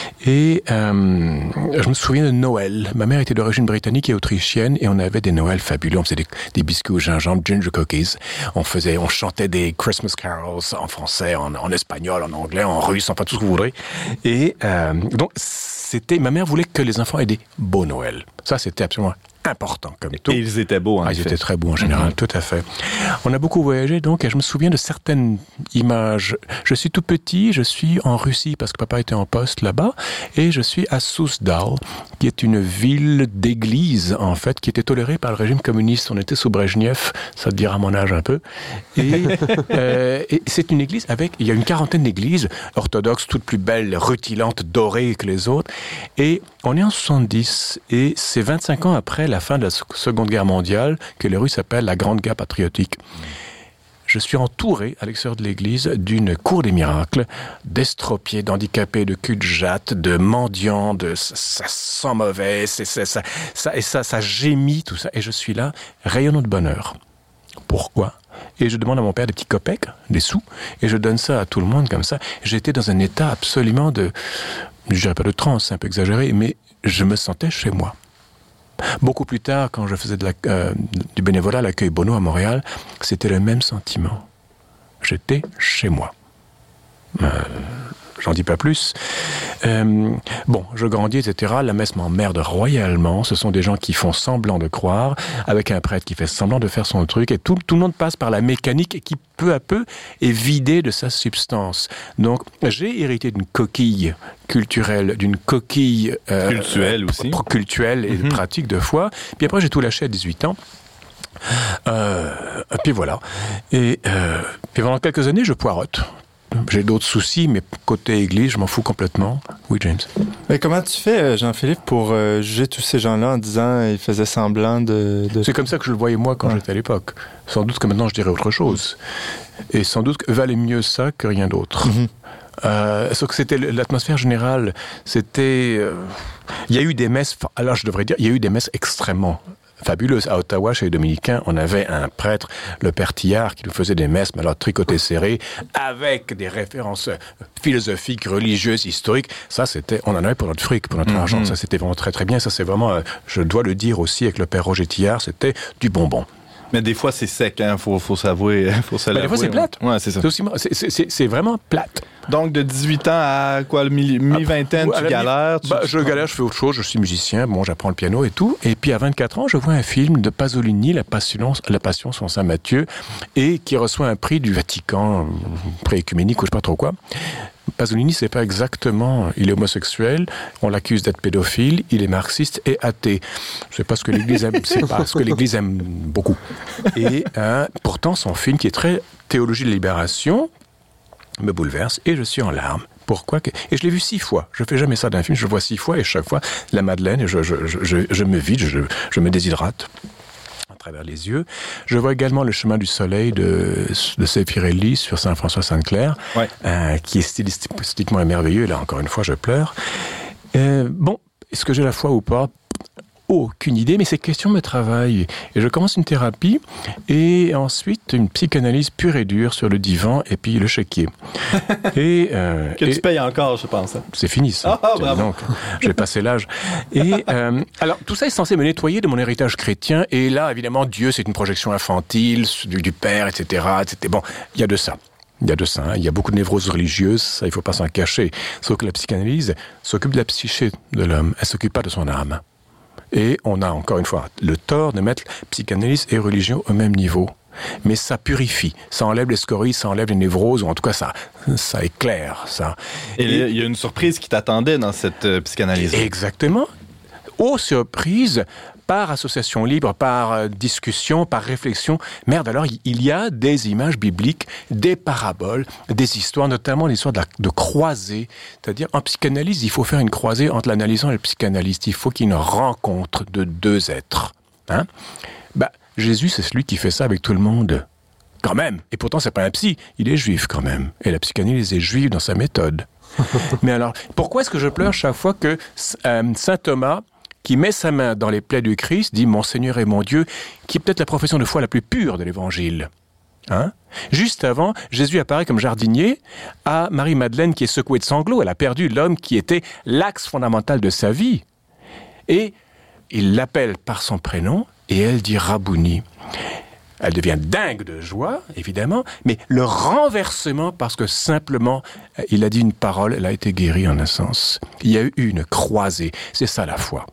Et euh, je me souviens de Noël. Ma mère était d'origine britannique et autrichienne, et on avait des Noëls fabuleux. On faisait des, des biscuits au gingembre, ginger cookies. On faisait, on chantait des Christmas carols en français, en, en espagnol, en anglais, en russe, enfin tout ce que vous voudrez. Et euh, donc, c'était, ma mère voulait que les enfants aient des beaux Noël. Ça, c'était absolument important comme tout. Et ils étaient beaux, en ah, effet. Ils étaient très beaux en général, mm-hmm. tout à fait. On a beaucoup voyagé, donc, et je me souviens de certaines images. Je suis tout petit, je suis en Russie, parce que papa était en poste là-bas, et je suis à Souzdal, qui est une ville d'église, en fait, qui était tolérée par le régime communiste. On était sous Brejnev, ça te dira mon âge un peu. Et, euh, et c'est une église avec, il y a une quarantaine d'églises orthodoxes, toutes plus belles, rutilantes, dorées que les autres. Et on est en soixante-dix, et c'est vingt-cinq ans après la fin de la Seconde Guerre mondiale que les Russes appellent la Grande Guerre patriotique. je suis entouré, à l'extérieur de l'église, d'une cour des miracles, d'estropiés, d'handicapés, de cul-de-jatte, de mendiants, de ça, ça sent mauvais, c'est, c'est, ça, ça, et ça, ça gémit, tout ça. Et je suis là, rayonnant de bonheur. Pourquoi ? Et je demande à mon père des petits copecs, des sous, et je donne ça à tout le monde comme ça. J'étais dans un état absolument de, je dirais pas de transe, c'est un peu exagéré, mais je me sentais chez moi. Beaucoup plus tard, quand je faisais de la, euh, du bénévolat à l'accueil Bono à Montréal, c'était le même sentiment. J'étais chez moi. Euh, j'en dis pas plus. Euh, bon, je grandis, et cetera. La messe m'emmerde royalement. Ce sont des gens qui font semblant de croire, avec un prêtre qui fait semblant de faire son truc, et tout, tout le monde passe par la mécanique et qui, peu à peu, est vidé de sa substance. Donc, j'ai hérité d'une coquille culturelle, d'une coquille... Euh, cultuelle aussi. Cultuelle et mm-hmm. pratique de foi. Puis après, j'ai tout lâché à dix-huit ans. Euh, puis voilà. Et euh, puis pendant quelques années, je poireaute. J'ai d'autres soucis, mais côté église, je m'en fous complètement. Oui, James. Mais comment tu fais, Jean-Philippe, pour euh, juger tous ces gens-là en disant qu'ils faisaient semblant de, de... C'est comme ça que je le voyais moi quand ouais. j'étais à l'époque. Sans doute que maintenant je dirais autre chose. Et sans doute que valait mieux ça que rien d'autre. Mm-hmm. Euh, sauf que c'était l'atmosphère générale. C'était... Euh, il y a eu des messes... Alors je devrais dire, il y a eu des messes extrêmement... fabuleuse. À Ottawa, chez les Dominicains, on avait un prêtre, le père Tillard, qui nous faisait des messes, mais alors tricotées serrées, avec des références philosophiques, religieuses, historiques. Ça, c'était, on en avait pour notre fric, pour notre mm-hmm. argent. Ça, c'était vraiment très, très bien. Ça, c'est vraiment, je dois le dire aussi avec le père Roger Tillard, c'était du bonbon. Mais des fois, c'est sec, hein. Faut, faut s'avouer. Faut se l'avouer. Des fois, c'est plate. Ouais, c'est ça. C'est, aussi, c'est, c'est, c'est vraiment plate. Donc, de dix-huit ans à quoi, mi- mi-vingtaine, ah, tu galères? Tu, bah, tu je tu... galère, je fais autre chose. Je suis musicien. Bon, j'apprends le piano et tout. Et puis, à vingt-quatre ans, je vois un film de Pasolini, La Passion, La Passion sur Saint Matthieu, et qui reçoit un prix du Vatican, prix écuménique ou je sais pas trop quoi. Pasolini, c'est pas exactement... Il est homosexuel, on l'accuse d'être pédophile, il est marxiste et athée. C'est pas ce que l'Église aime, c'est pas ce que l'Église aime beaucoup. Et hein, pourtant, son film, qui est très théologie de la libération, me bouleverse et je suis en larmes. Pourquoi que... Et je l'ai vu six fois. Je fais jamais ça d'un film, je le vois six fois et chaque fois, la Madeleine, et je, je, je, je, je me vide, je, je me déshydrate à travers les yeux. Je vois également Le Chemin du Soleil de, de Sefirelli sur Saint-François-Sainte-Claire, ouais. euh, qui est stylistiquement merveilleux. Là, encore une fois, je pleure. Euh, bon, est-ce que j'ai la foi ou pas ? Aucune idée, mais ces questions me travaillent. Et je commence une thérapie et ensuite une psychanalyse pure et dure sur le divan et puis le chéquier. Et, euh, que et tu payes encore, je pense. C'est fini, ça. Ah, bravo. Donc, j'ai passé l'âge. Et euh, alors, tout ça est censé me nettoyer de mon héritage chrétien. Et là, évidemment, Dieu, c'est une projection infantile du, du Père, et cetera, et cetera. Bon, il y a de ça. Il y a de ça, hein. Il y a beaucoup de névroses religieuses, ça, il ne faut pas s'en cacher. Sauf que la psychanalyse s'occupe de la psyché de l'homme, elle ne s'occupe pas de son âme. Et on a, encore une fois, le tort de mettre psychanalyse et religion au même niveau. Mais ça purifie, ça enlève les scories, ça enlève les névroses, ou en tout cas, ça, ça éclaire, ça. Et il y a une surprise qui t'attendait dans cette euh, psychanalyse. Exactement. Aux surprises, par association libre, par euh, discussion, par réflexion. Merde, alors, il y a des images bibliques, des paraboles, des histoires, notamment l'histoire de, la, de croisée. C'est-à-dire, en psychanalyse, il faut faire une croisée entre l'analysant et le psychanalyste. Il faut qu'il y ait une rencontre de deux êtres. Hein? Bah, Jésus, c'est celui qui fait ça avec tout le monde. Quand même. Et pourtant, c'est pas un psy. Il est juif, quand même. Et la psychanalyse est juive dans sa méthode. Mais alors, pourquoi est-ce que je pleure chaque fois que euh, saint Thomas, qui met sa main dans les plaies du Christ, dit « Mon Seigneur et mon Dieu », qui est peut-être la profession de foi la plus pure de l'Évangile. Hein? Juste avant, Jésus apparaît comme jardinier à Marie-Madeleine qui est secouée de sanglots. Elle a perdu l'homme qui était l'axe fondamental de sa vie. Et il l'appelle par son prénom et elle dit « Rabouni ». Elle devient dingue de joie, évidemment, mais le renversement, parce que simplement, il a dit une parole, elle a été guérie en un sens. Il y a eu une croisée. C'est ça la foi.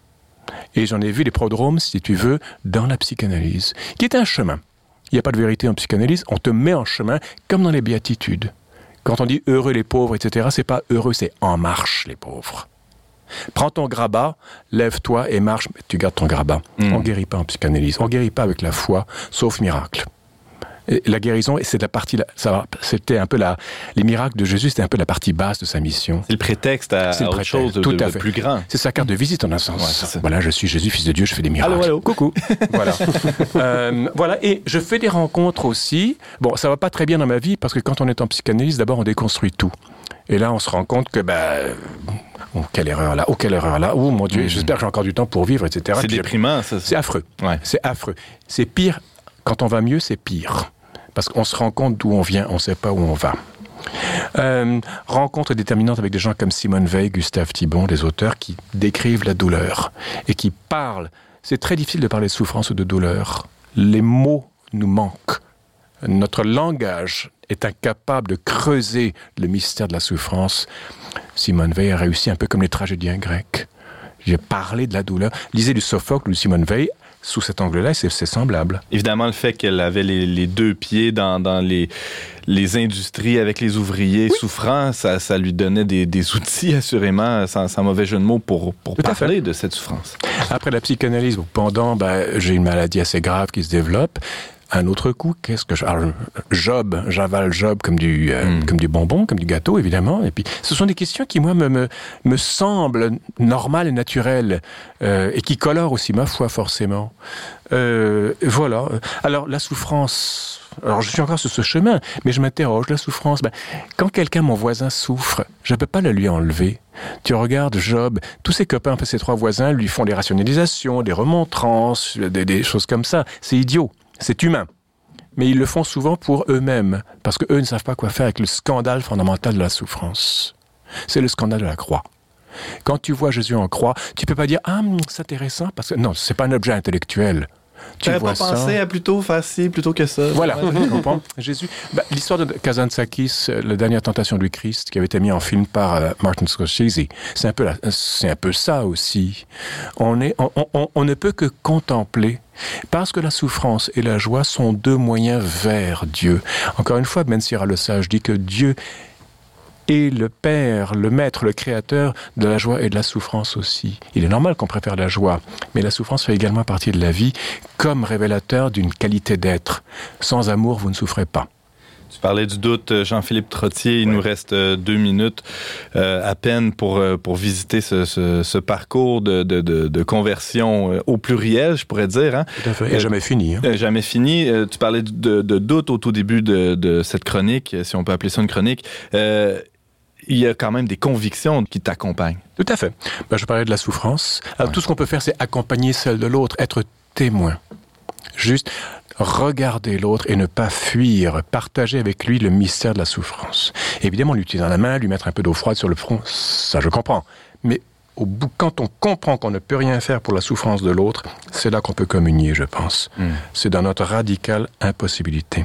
Et j'en ai vu des prodromes, si tu veux, dans la psychanalyse, qui est un chemin. Il n'y a pas de vérité en psychanalyse, on te met en chemin, comme dans les béatitudes. Quand on dit « heureux les pauvres », et cetera, c'est pas « heureux », c'est « en marche les pauvres ». Prends ton grabat, lève-toi et marche, mais tu gardes ton grabat. Mmh. On ne guérit pas en psychanalyse, on ne guérit pas avec la foi, sauf miracle. Et la guérison, c'est la partie, ça, c'était un peu la, les miracles de Jésus, c'était un peu la partie basse de sa mission. C'est le prétexte à, c'est à le autre prétexte, chose de, tout de, à de fait. plus grand. C'est sa carte de visite en un sens. Ouais, c'est ça. Voilà, je suis Jésus, fils de Dieu, je fais des miracles. Allô, allô. Coucou. Voilà. euh, voilà. Et je fais des rencontres aussi. Bon, ça va pas très bien dans ma vie parce que quand on est en psychanalyse, d'abord on déconstruit tout. Et là, on se rend compte que, ben, oh, quelle erreur là, oh, quelle erreur là, oh mon Dieu, mmh. j'espère que j'ai encore du temps pour vivre, et cetera. C'est Puis déprimant, ça. C'est affreux. Ouais. C'est affreux. C'est pire. Quand on va mieux, c'est pire. Parce qu'on se rend compte d'où on vient, on ne sait pas où on va. Euh, rencontre déterminante avec des gens comme Simone Veil, Gustave Thibon, des auteurs qui décrivent la douleur et qui parlent. C'est très difficile de parler de souffrance ou de douleur. Les mots nous manquent. Notre langage est incapable de creuser le mystère de la souffrance. Simone Veil a réussi un peu comme les tragédiens grecs. J'ai parlé de la douleur. Lisez du Sophocle ou de Simone Veil. Sous cet angle-là, c'est, c'est semblable. Évidemment, le fait qu'elle avait les, les deux pieds dans, dans les, les industries avec les ouvriers oui. souffrants, ça, ça lui donnait des, des outils, assurément, sans, sans mauvais jeu de mots, pour, pour parler de cette souffrance. Après la psychanalyse, pendant, ben, j'ai une maladie assez grave qui se développe. Un autre coup, qu'est-ce que je... Alors, Job, j'avale Job comme du, euh, mm. comme du bonbon, comme du gâteau, évidemment. Et puis, ce sont des questions qui, moi, me, me, me semblent normales et naturelles, euh, et qui colorent aussi ma foi, forcément. Euh, voilà. Alors, la souffrance... Alors, je suis encore sur ce chemin, mais je m'interroge, la souffrance... Ben, quand quelqu'un, mon voisin, souffre, je ne peux pas le lui enlever. Tu regardes Job, tous ses copains, ses trois voisins, lui font des rationalisations, des remontrances, des, des choses comme ça. C'est idiot. C'est humain. Mais ils le font souvent pour eux-mêmes, parce qu'eux ne savent pas quoi faire avec le scandale fondamental de la souffrance. C'est le scandale de la croix. Quand tu vois Jésus en croix, tu ne peux pas dire « Ah, c'est intéressant », parce que non, ce n'est pas un objet intellectuel. Tu n'aurais pas ça. pensé à plutôt faire ci plutôt que ça. Voilà, tu comprends. Jésus. Bah, l'histoire de Kazantzakis, la dernière tentation du Christ, qui avait été mise en film par euh, Martin Scorsese, c'est un peu la, c'est un peu ça aussi. On est, on, on, on ne peut que contempler. Parce que la souffrance et la joie sont deux moyens vers Dieu. Encore une fois, Ben Sira le Sage dit que Dieu est le Père, le Maître, le Créateur de la joie et de la souffrance aussi. Il est normal qu'on préfère la joie, mais la souffrance fait également partie de la vie comme révélateur d'une qualité d'être. Sans amour, vous ne souffrez pas. Tu parlais du doute, Jean-Philippe Trottier. Il ouais. nous reste deux minutes euh, à peine pour, pour visiter ce, ce, ce parcours de, de, de, de conversion au pluriel, je pourrais dire. Hein? Tout à fait. Et euh, jamais fini. Hein? Euh, jamais fini. Euh, tu parlais de, de doute au tout début de, de cette chronique, si on peut appeler ça une chronique. Euh, il y a quand même des convictions qui t'accompagnent. Tout à fait. Ben, je parlais de la souffrance. Alors, ouais. Tout ce qu'on peut faire, c'est accompagner celle de l'autre, être témoin. Juste regarder l'autre et ne pas fuir, partager avec lui le mystère de la souffrance. Évidemment, lui tenir la main, lui mettre un peu d'eau froide sur le front, ça je comprends. Mais au bout, quand on comprend qu'on ne peut rien faire pour la souffrance de l'autre, c'est là qu'on peut communier, je pense. Mm. C'est dans notre radicale impossibilité.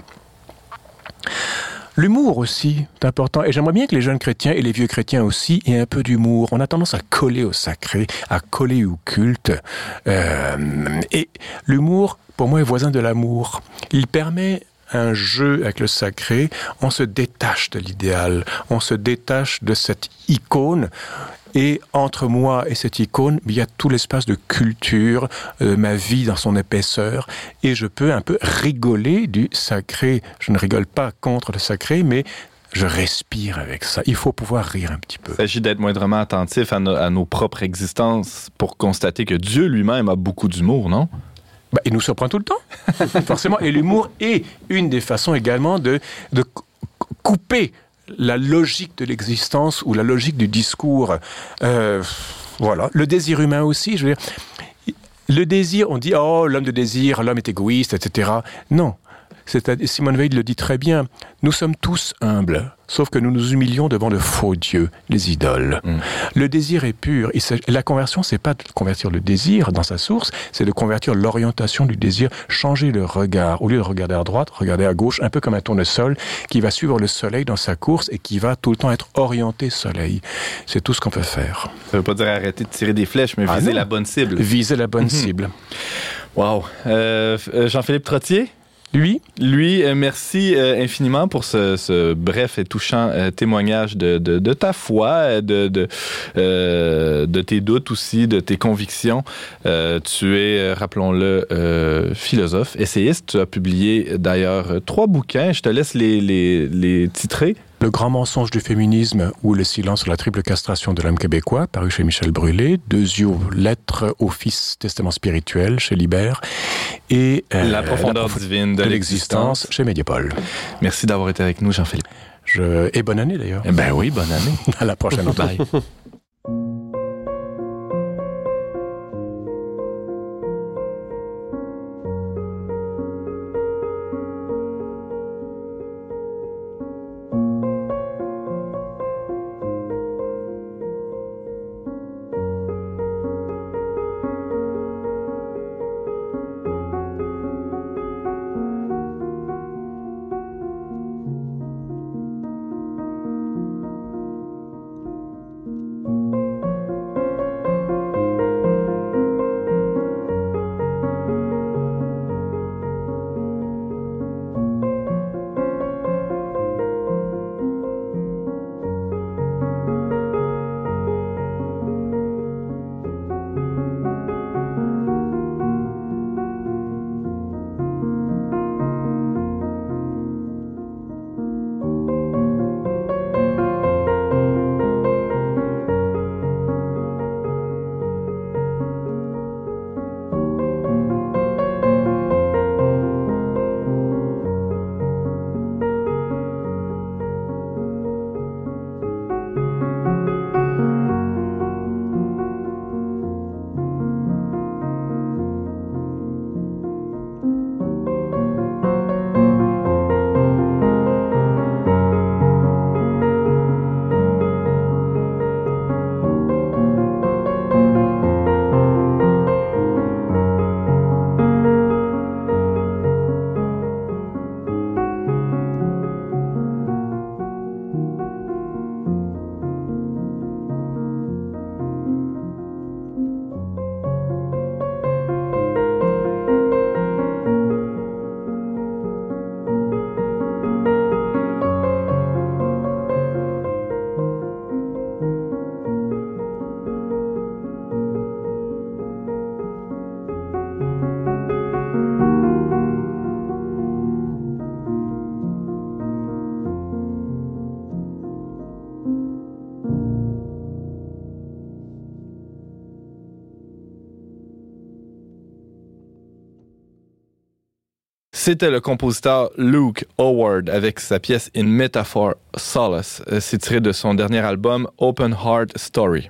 L'humour aussi est important, et j'aimerais bien que les jeunes chrétiens et les vieux chrétiens aussi aient un peu d'humour. On a tendance à coller au sacré, à coller au culte. Euh, et l'humour, pour moi, est voisin de l'amour. Il permet un jeu avec le sacré, on se détache de l'idéal, on se détache de cette icône. Et entre moi et cette icône, il y a tout l'espace de culture, euh, ma vie dans son épaisseur, et je peux un peu rigoler du sacré. Je ne rigole pas contre le sacré, mais je respire avec ça. Il faut pouvoir rire un petit peu. Il s'agit d'être moindrement attentif à, no- à nos propres existences pour constater que Dieu lui-même a beaucoup d'humour, non? Bah, il nous surprend tout le temps, forcément. Et l'humour est une des façons également de, de couper la logique de l'existence ou la logique du discours. Euh, voilà. Le désir humain aussi, je veux dire. Le désir, on dit, oh, l'homme de désir, l'homme est égoïste, et cetera. Non. C'est-à-dire, Simone Veil le dit très bien, nous sommes tous humbles, sauf que nous nous humilions devant de faux dieux, les idoles. Mm. Le désir est pur. La conversion, c'est pas de convertir le désir dans sa source, c'est de convertir l'orientation du désir, changer le regard. Au lieu de regarder à droite, regarder à gauche, un peu comme un tournesol qui va suivre le soleil dans sa course et qui va tout le temps être orienté soleil. C'est tout ce qu'on peut faire. Ça veut pas dire arrêter de tirer des flèches, mais ah viser non. la bonne cible. Viser la bonne mm-hmm. cible. Wow. Euh, Jean-Philippe Trottier? Lui? Lui, euh, merci euh, infiniment pour ce, ce bref et touchant euh, témoignage de, de, de ta foi, de, de, euh, de tes doutes aussi, de tes convictions. Euh, tu es, euh, rappelons-le, euh, philosophe, essayiste. Tu as publié d'ailleurs trois bouquins. Je te laisse les, les, les titrer. Le grand mensonge du féminisme ou le silence sur la triple castration de l'homme québécois, paru chez Michel Brûlé. Deuxième, Lettres au Fils, testament spirituel, chez Libert. Et euh, La profondeur la divine de, de l'existence, l'existence, chez Mediapol. Merci d'avoir été avec nous, Jean-Philippe. Je... Et bonne année, d'ailleurs. Eh ben oui, bonne année. À la prochaine. Bye. C'était le compositeur Luke Howard avec sa pièce In Metaphor Solace. C'est tiré de son dernier album Open Heart Story.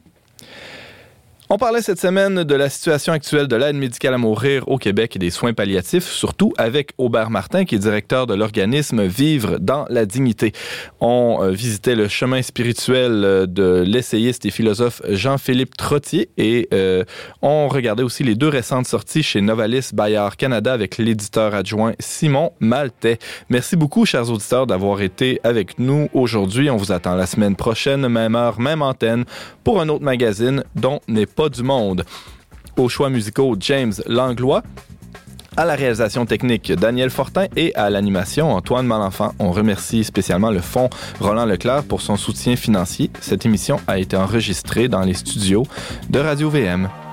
On parlait cette semaine de la situation actuelle de l'aide médicale à mourir au Québec et des soins palliatifs, surtout avec Aubert Martin, qui est directeur de l'organisme Vivre dans la dignité. On euh, visitait le chemin spirituel de l'essayiste et philosophe Jean-Philippe Trottier et euh, on regardait aussi les deux récentes sorties chez Novalis Bayard Canada avec l'éditeur adjoint Simon Maltais. Merci beaucoup, chers auditeurs, d'avoir été avec nous aujourd'hui. On vous attend la semaine prochaine, même heure, même antenne, pour un autre magazine dont n'est pas du monde. Aux choix musicaux, James Langlois. À la réalisation technique, Daniel Fortin. Et à l'animation, Antoine Malenfant. On remercie spécialement le Fonds Roland Leclerc pour son soutien financier. Cette émission a été enregistrée dans les studios de Radio V M.